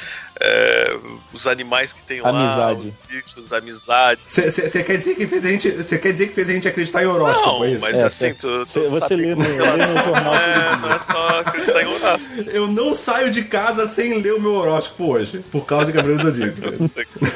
S3: os animais que tem lá,
S4: amizade.
S3: Os bichos, amizade.
S2: Você quer dizer que fez a gente acreditar em horóscopo?
S3: Não,
S2: é isso?
S3: Mas assim,
S4: você lê no jornal.
S3: Não é só acreditar em horóscopo.
S2: Eu não saio de casa sem ler o meu horóscopo hoje, por causa de Cavaleiro do Zodíaco.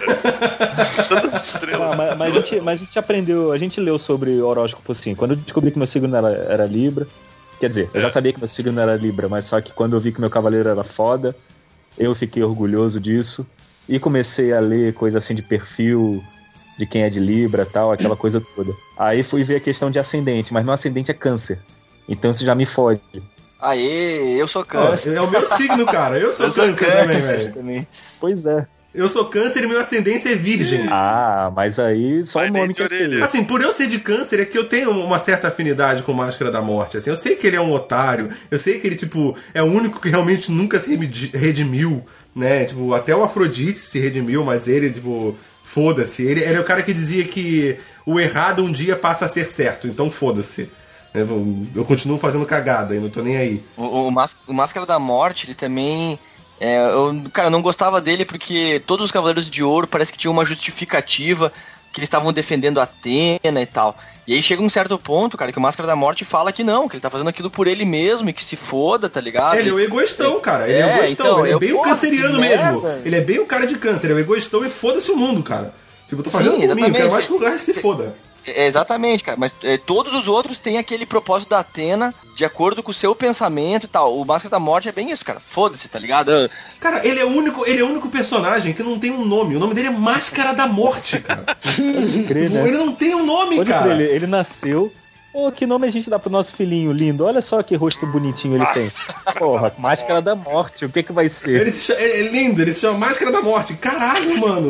S3: Todas as estrelas.
S4: Mas a gente aprendeu, a gente leu sobre horóscopo assim. Quando eu descobri que meu signo era Libra, quer dizer, eu já sabia que meu signo era Libra, mas só que quando eu vi que meu cavaleiro era foda, eu fiquei orgulhoso disso e comecei a ler coisa assim de perfil, de quem é de Libra e tal, aquela coisa toda. Aí fui ver a questão de ascendente, mas meu ascendente é Câncer, então isso já me fode.
S6: Aê, eu sou Câncer.
S2: É o meu signo, cara. Eu sou Câncer também, velho.
S4: Pois é.
S2: Eu sou Câncer e meu ascendência é Virgem.
S4: Mas aí só o nome que é feio.
S2: Assim, por eu ser de Câncer, é que eu tenho uma certa afinidade com Máscara da Morte. Assim, eu sei que ele é um otário, eu sei que ele, tipo, é o único que realmente nunca se redimiu, né? Tipo, até o Afrodite se redimiu, mas ele, tipo, foda-se. Ele é o cara que dizia que o errado um dia passa a ser certo, então foda-se. Eu continuo fazendo cagada e não tô nem aí.
S6: O Máscara da Morte, ele também... eu não gostava dele porque todos os Cavaleiros de Ouro parece que tinham uma justificativa, que eles estavam defendendo a Atena e tal. E aí chega um certo ponto, cara, que o Máscara da Morte fala que não, que ele tá fazendo aquilo por ele mesmo e que se foda, tá ligado?
S2: Ele é o egoístão, cara. Ele é o egoístão.
S6: Então,
S2: ele é bem o canceriano mesmo.
S6: Merda.
S2: Ele é bem o cara de Câncer, é o egoístão e foda-se o mundo, cara. Tipo, eu tô fazendo por mim, eu quero mais que o resto se foda.
S6: Exatamente, cara, mas todos os outros têm aquele propósito da Atena de acordo com o seu pensamento e tal. O Máscara da Morte é bem isso, cara. Foda-se, tá ligado?
S2: Cara, ele é o único personagem que não tem um nome. O nome dele é Máscara da Morte, cara. Ele não tem um nome, cara.
S4: Ele nasceu... que nome a gente dá pro nosso filhinho lindo? Olha só que rosto bonitinho ele tem. Porra, Máscara da Morte, o que vai ser?
S2: Ele é lindo, ele se chama Máscara da Morte. Caralho, mano.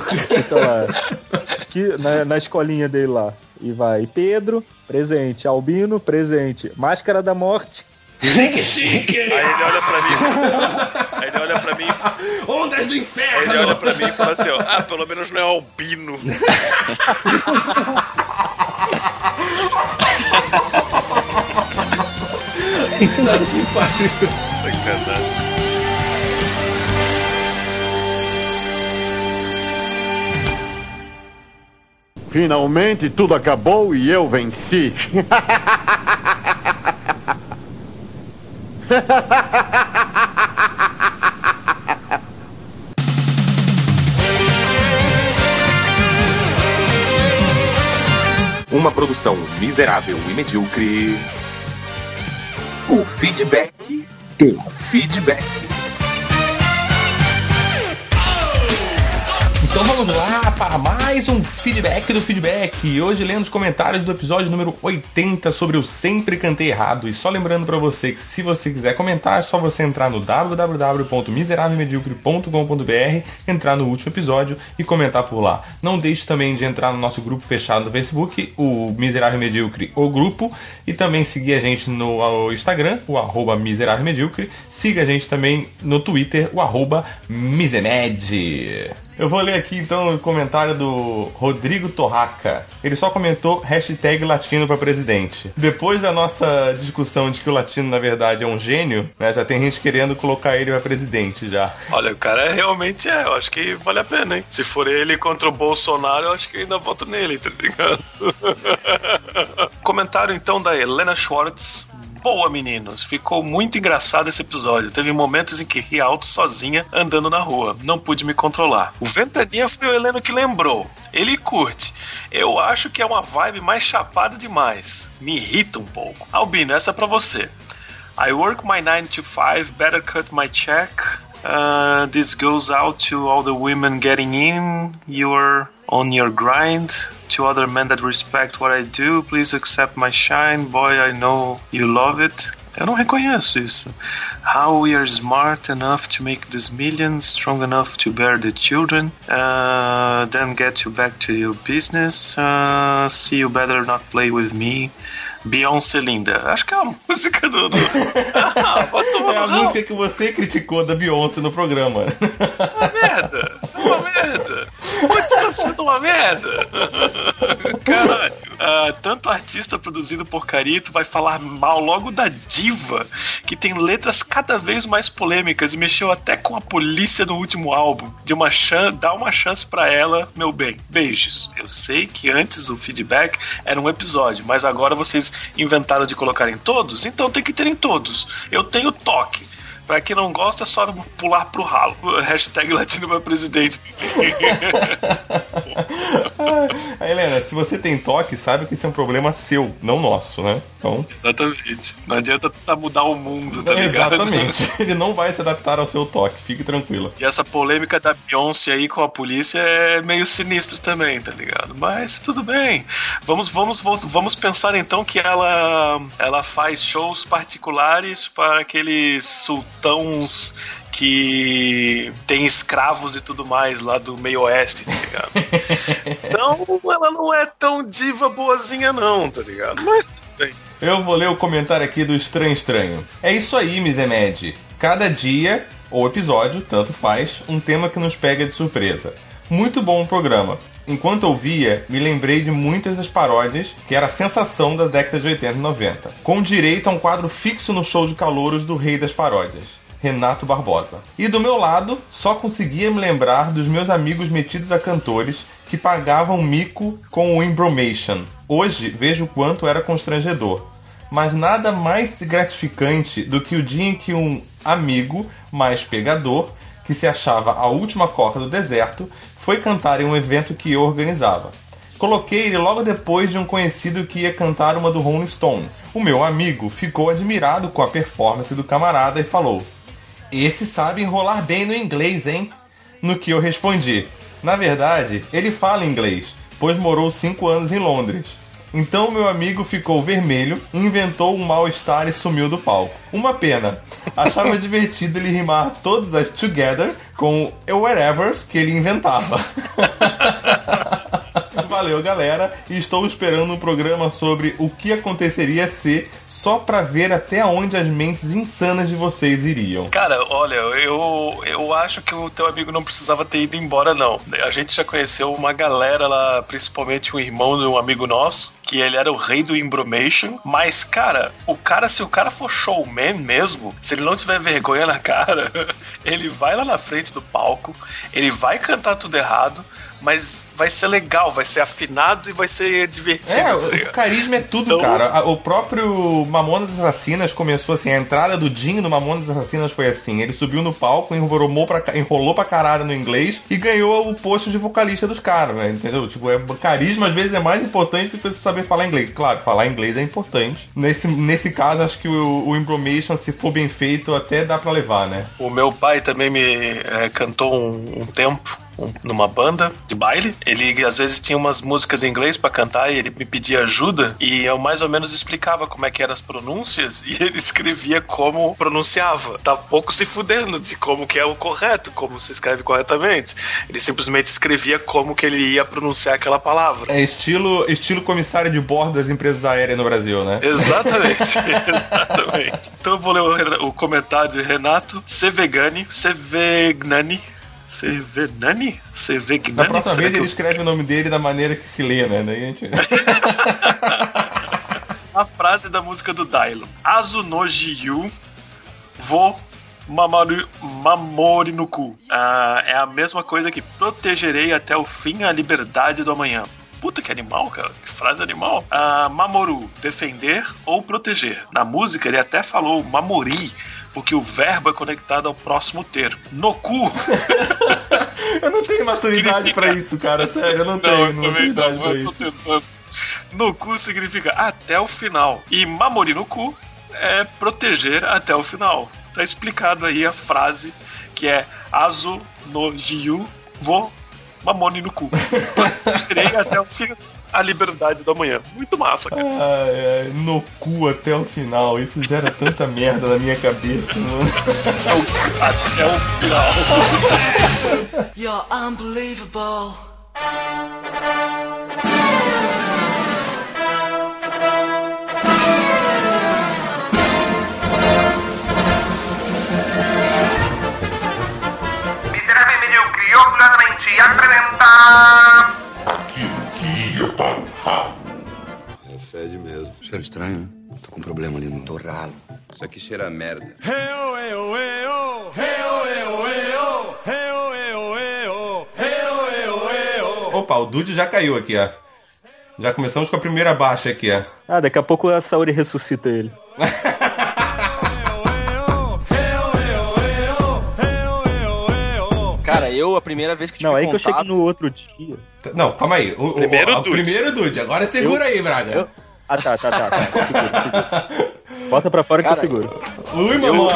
S4: Então, que na escolinha dele lá. E vai Pedro, presente. Albino, presente. Máscara da Morte.
S2: Chique!
S3: Aí ele olha pra mim.
S2: Ondas do inferno!
S3: Aí ele olha pra mim e fala assim, pelo menos não é albino.
S2: Que pariu.
S3: Sacanagem.
S8: Finalmente tudo acabou e eu venci.
S9: Uma produção miserável e medíocre. O feedback do feedback.
S2: Então vamos lá para mais um feedback do feedback. Hoje lendo os comentários do episódio número 80 sobre o Sempre Cantei Errado. E só lembrando para você que se você quiser comentar, é só você entrar no www.miseravelmedíocre.com.br, entrar no último episódio e comentar por lá. Não deixe também de entrar no nosso grupo fechado no Facebook, o Miserável Medíocre, o grupo, e também seguir a gente no Instagram, o @miserávelmedíocre. Siga a gente também no Twitter, o @misemed. Eu vou ler aqui então o comentário do Rodrigo Torraca. Ele só comentou #latino para presidente. Depois da nossa discussão de que o latino na verdade é um gênio, né, já tem gente querendo colocar ele para presidente já.
S3: Olha, o cara realmente eu acho que vale a pena, hein? Se for ele contra o Bolsonaro, eu acho que ainda voto nele, tá ligado? Comentário então da Helena Schwartz. Boa, meninos. Ficou muito engraçado esse episódio. Teve momentos em que ri alto sozinha andando na rua. Não pude me controlar. O Ventania foi o Heleno que lembrou. Ele curte. Eu acho que é uma vibe mais chapada demais. Me irrita um pouco. Albino, essa é pra você. I work my 9 to 5, better cut my check. This goes out to all the women getting in. You're on your grind. To other men that respect what I do, please accept my shine. Boy, I know you love it. Eu não reconheço isso. How we are smart enough to make these millions, strong enough to bear the children, then get you back to your business. See, you better not play with me. Beyoncé linda. Acho que é uma música do...
S2: É a música que você criticou da Beyoncé no programa.
S3: Uma merda. Uma merda. Continua sendo uma merda. Caralho. Tanto artista produzido porcaria, tu vai falar mal logo da diva, que tem letras cada vez mais polêmicas e mexeu até com a polícia no último álbum. Dá uma chance pra ela, meu bem. Beijos. Eu sei que antes o feedback era um episódio, mas agora vocês inventaram de colocar em todos, então tem que ter em todos. Eu tenho toque. Pra quem não gosta, é só pular pro ralo. #latino pra presidente.
S2: Helena, se você tem toque, sabe que isso é um problema seu, não nosso, né? Então...
S3: Exatamente. Não adianta tentar mudar o mundo, tá ligado?
S2: Exatamente. Ele não vai se adaptar ao seu toque, fique tranquilo.
S3: E essa polêmica da Beyoncé aí com a polícia é meio sinistra também, tá ligado? Mas tudo bem. Vamos pensar então que ela faz shows particulares para aqueles sultãos que tem escravos e tudo mais lá do meio oeste, tá ligado? Então ela não é tão diva boazinha não, tá ligado? Mas tudo bem.
S2: Eu vou ler o comentário aqui do Estranho. É isso aí, Misemed. Cada dia, ou episódio, tanto faz, um tema que nos pega de surpresa. Muito bom o programa. Enquanto ouvia, me lembrei de muitas das paródias, que era a sensação da década de 80 e 90. Com direito a um quadro fixo no show de calouros do rei das paródias, Renato Barbosa. E do meu lado, só conseguia me lembrar dos meus amigos metidos a cantores que pagavam mico com o Imbromation. Hoje, vejo o quanto era constrangedor. Mas nada mais gratificante do que o dia em que um amigo mais pegador, que se achava a última coca do deserto, foi cantar em um evento que eu organizava. Coloquei ele logo depois de um conhecido que ia cantar uma do Rolling Stones. O meu amigo ficou admirado com a performance do camarada e falou: "Esse sabe enrolar bem no inglês, hein?" No que eu respondi: "Na verdade, ele fala inglês, pois morou 5 anos em Londres." Então meu amigo ficou vermelho, inventou um mal-estar e sumiu do palco. Uma pena. Achava divertido ele rimar todas as together com o wherever que ele inventava. Valeu, galera, e estou esperando um programa sobre o que aconteceria se, só pra ver até onde as mentes insanas de vocês iriam.
S3: Cara, olha, eu acho que o teu amigo não precisava ter ido embora, não. A gente já conheceu uma galera lá, principalmente um irmão de um amigo nosso, que ele era o rei do Imbromation, mas, cara, se o cara for showman mesmo, se ele não tiver vergonha na cara, ele vai lá na frente do palco, ele vai cantar tudo errado, mas vai ser legal, vai ser afinado e vai ser divertido.
S2: O carisma é tudo, então... cara. O próprio Mamonas Assassinas começou assim, a entrada do Dinho no Mamonas Assassinas foi assim, ele subiu no palco, enrolou pra caralho no inglês e ganhou o posto de vocalista dos caras, né? Entendeu? Tipo, carisma às vezes é mais importante do que você saber falar inglês. Claro, falar inglês é importante. Nesse caso, acho que o Imbromation, se for bem feito, até dá pra levar, né?
S3: O meu pai também me cantou um tempo. numa banda de baile. Ele às vezes tinha umas músicas em inglês pra cantar e ele me pedia ajuda e eu mais ou menos explicava como é que eram as pronúncias e ele escrevia como pronunciava. Tá pouco se fudendo de como que é o correto, como se escreve corretamente. Ele simplesmente escrevia como que ele ia pronunciar aquela palavra.
S2: É estilo comissário de bordo das empresas aéreas no Brasil, né?
S3: Exatamente, exatamente. Então eu vou ler o comentário de Renato Sevegnani.
S2: Na próxima vez ele escreve o nome dele da maneira que se lê, né? Daí a gente...
S3: A frase da música do Dylan. Azu no Jiyu vo mamori no cu. É a mesma coisa que protegerei até o fim a liberdade do amanhã. Puta que animal, cara. Que frase animal. Mamoru, defender ou proteger. Na música ele até falou mamori, porque o verbo é conectado ao próximo termo. No cu.
S2: Eu não tenho maturidade pra isso, cara. Sério, eu não tenho maturidade pra isso.
S3: No cu significa até o final. E mamori no cu é proteger até o final. Tá explicado aí a frase que é Azu no Jiyu vo mamori no cu. Protegerei até o fim a liberdade da manhã. Muito massa, cara.
S2: No cu até o final. Isso gera tanta merda na minha cabeça, mano.
S3: Até o final.
S10: You're unbelievable.
S11: Miserável Medíocre orgulhosamente apresenta...
S9: Aquilo que ia para o ralo.
S1: É fede mesmo. Cheiro estranho, né? Tô com um problema ali no torralo. Isso aqui cheira a merda.
S2: Opa, o Dude já caiu aqui, ó. Já começamos com a primeira baixa aqui, ó.
S4: Daqui a pouco a Saori ressuscita ele.
S6: Cara, a primeira vez que tive
S4: contato...
S6: Não, aí
S4: que eu cheguei no outro dia...
S2: Não, calma aí. O primeiro Dude. Agora segura aí, Braga.
S4: Tá. Segura. Bota pra fora, cara, que eu seguro.
S2: Ui, mamãe.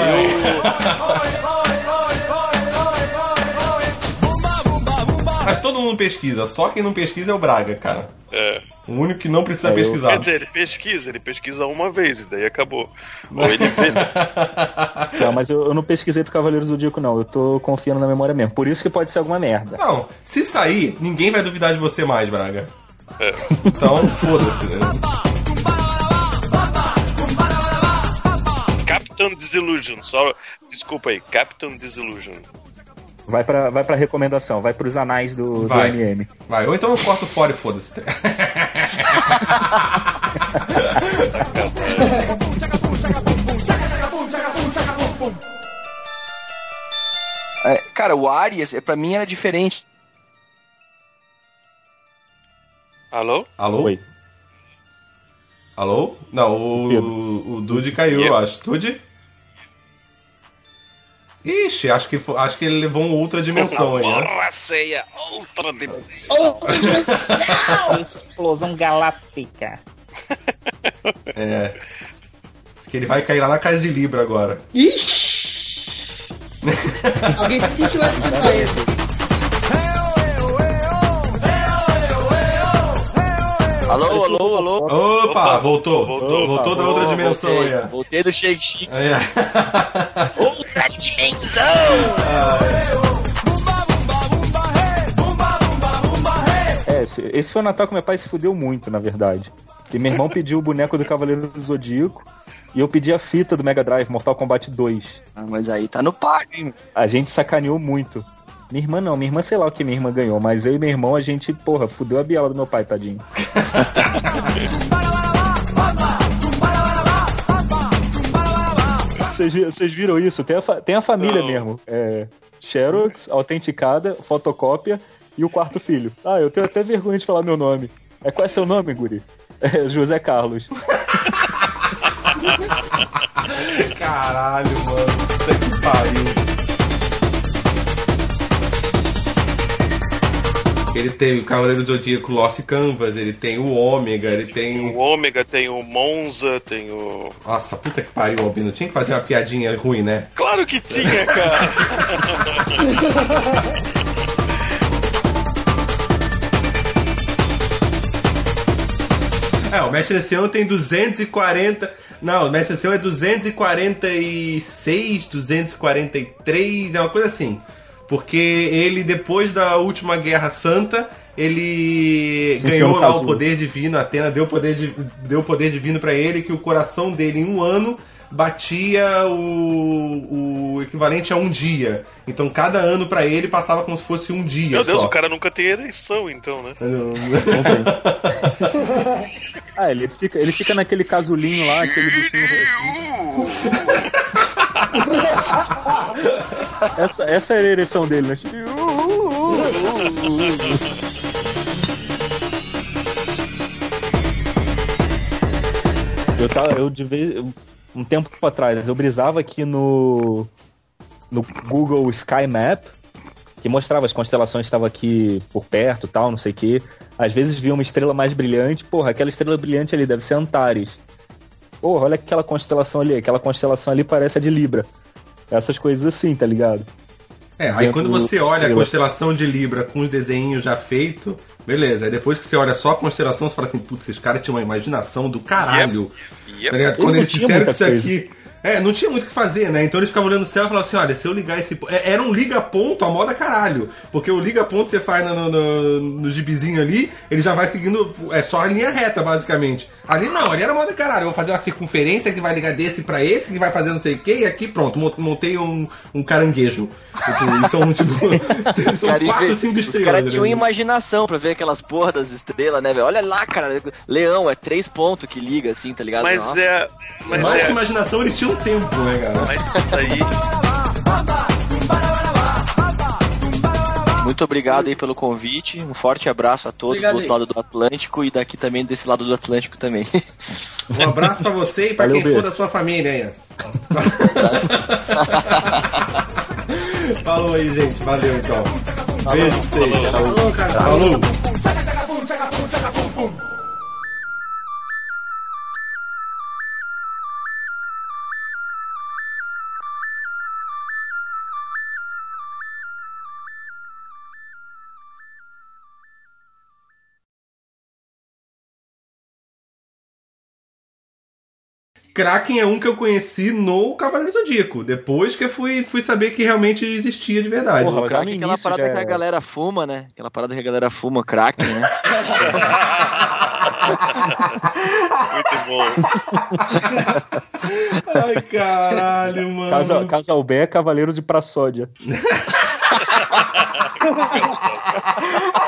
S2: Mas todo mundo pesquisa. Só quem não pesquisa é o Braga, cara.
S3: É.
S2: O único que não precisa pesquisar.
S3: Quer dizer, ele pesquisa uma vez e daí acabou. Ou ele vê.
S4: Não, mas eu não pesquisei pro Cavaleiros do Zodíaco, não. Eu tô confiando na memória mesmo. Por isso que pode ser alguma merda.
S2: Não, se sair, ninguém vai duvidar de você mais, Braga.
S3: É.
S2: Então, foda-se.
S3: Captain Disillusion. Só, desculpa aí, Captain Disillusion.
S4: Vai pra recomendação, vai pros anais do MM.
S2: Vai, ou então eu corto fora e foda-se.
S6: Cara, o Arias, pra mim, era diferente.
S3: Alô?
S2: Oi. Alô? Não, o Dude caiu, eu acho. Dude? Ixi, acho que ele levou uma outra dimensão aí, né?
S3: Ceia, outra dimensão.
S4: Explosão galáctica.
S2: Acho que ele vai cair lá na casa de Libra agora.
S7: Ixi! Alguém tem que ir lá escutar ele.
S6: Alô.
S2: Opa, voltou da outra dimensão aí.
S6: Voltei do Shake Chic. Outra dimensão!
S4: Esse foi o Natal que meu pai se fudeu muito, na verdade. E meu irmão pediu o boneco do Cavaleiro do Zodíaco e eu pedi a fita do Mega Drive, Mortal Kombat 2.
S6: Mas aí tá no pago, hein?
S4: A gente sacaneou muito. Minha irmã sei lá o que minha irmã ganhou, mas eu e meu irmão, a gente, fudeu a biela do meu pai, tadinho. Vocês viram isso? Tem a família mesmo. Xerox, autenticada, fotocópia e o quarto filho. Eu tenho até vergonha de falar meu nome. Qual é seu nome, guri? José Carlos.
S2: Caralho, mano. Puta que pariu. Ele tem o Cavaleiro do Zodíaco Lost Canvas, ele tem o Ômega, ele tem...
S3: O Ômega, tem o Monza, tem o...
S2: Nossa, puta que pariu, Albino. Tinha que fazer uma piadinha ruim, né?
S3: Claro que tinha, cara!
S2: O Mestre Ancião tem 240... Não, o Mestre Ancião é 246, 243, é uma coisa assim. Porque ele, depois da última Guerra Santa, ele ganhou lá o poder divino. A Atena deu poder divino pra ele, que o coração dele, em um ano, batia o equivalente a um dia. Então cada ano pra ele passava como se fosse um dia.
S3: Meu Deus,
S2: só.
S3: O cara nunca tem eleição, então, né?
S4: Não tem. Ele fica naquele casulinho lá, aquele bichinho. Essa era a ereção dele, né? Um tempo atrás, eu brisava aqui no Google Sky Map, que mostrava as constelações que estavam aqui por perto, tal, não sei o que. Às vezes via uma estrela mais brilhante, porra, aquela estrela brilhante ali deve ser Antares. Porra, olha aquela constelação ali parece a de Libra. Essas coisas assim, tá ligado?
S2: Aí quando você olha a constelação de Libra com os desenhos já feitos, beleza. Aí depois que você olha só a constelação, você fala assim, putz, esses caras tinham uma imaginação do caralho. Tá ligado? Quando eles disseram que isso aqui... não tinha muito o que fazer, né? Então eles ficavam olhando o céu e falavam assim, olha, se eu ligar esse... Era um liga-ponto a moda caralho. Porque o liga-ponto você faz no gibizinho ali, ele já vai seguindo... É só a linha reta, basicamente. Ali não, ali era moda caralho. Eu vou fazer uma circunferência que vai ligar desse pra esse, que vai fazer não sei o que, e aqui pronto, montei um caranguejo. São 4, 5 estrelas.
S6: Os caras tinham imaginação pra ver aquelas porra das estrelas, né, velho? Olha lá, cara, leão, é 3 pontos que liga, assim, tá ligado?
S2: Mais que imaginação, ele tinha um tempo, né, cara?
S3: Mas isso daí...
S6: Muito obrigado aí pelo convite, um forte abraço a todos do outro lado do Atlântico e daqui também desse lado do Atlântico também.
S2: Um abraço pra você e pra quem for da sua família aí. Falou aí, gente. Valeu, então. Beijo pra vocês. Falou, cara. Falou. Kraken é um que eu conheci no Cavaleiro do Zodíaco, depois que eu fui saber que realmente existia de verdade.
S6: Porra, o Kraken é aquela parada que a galera fuma, né? Aquela parada que a galera fuma, Kraken, né?
S3: Muito bom.
S2: Ai, caralho, mano.
S4: Casalbé é Cavaleiro de Praçódia.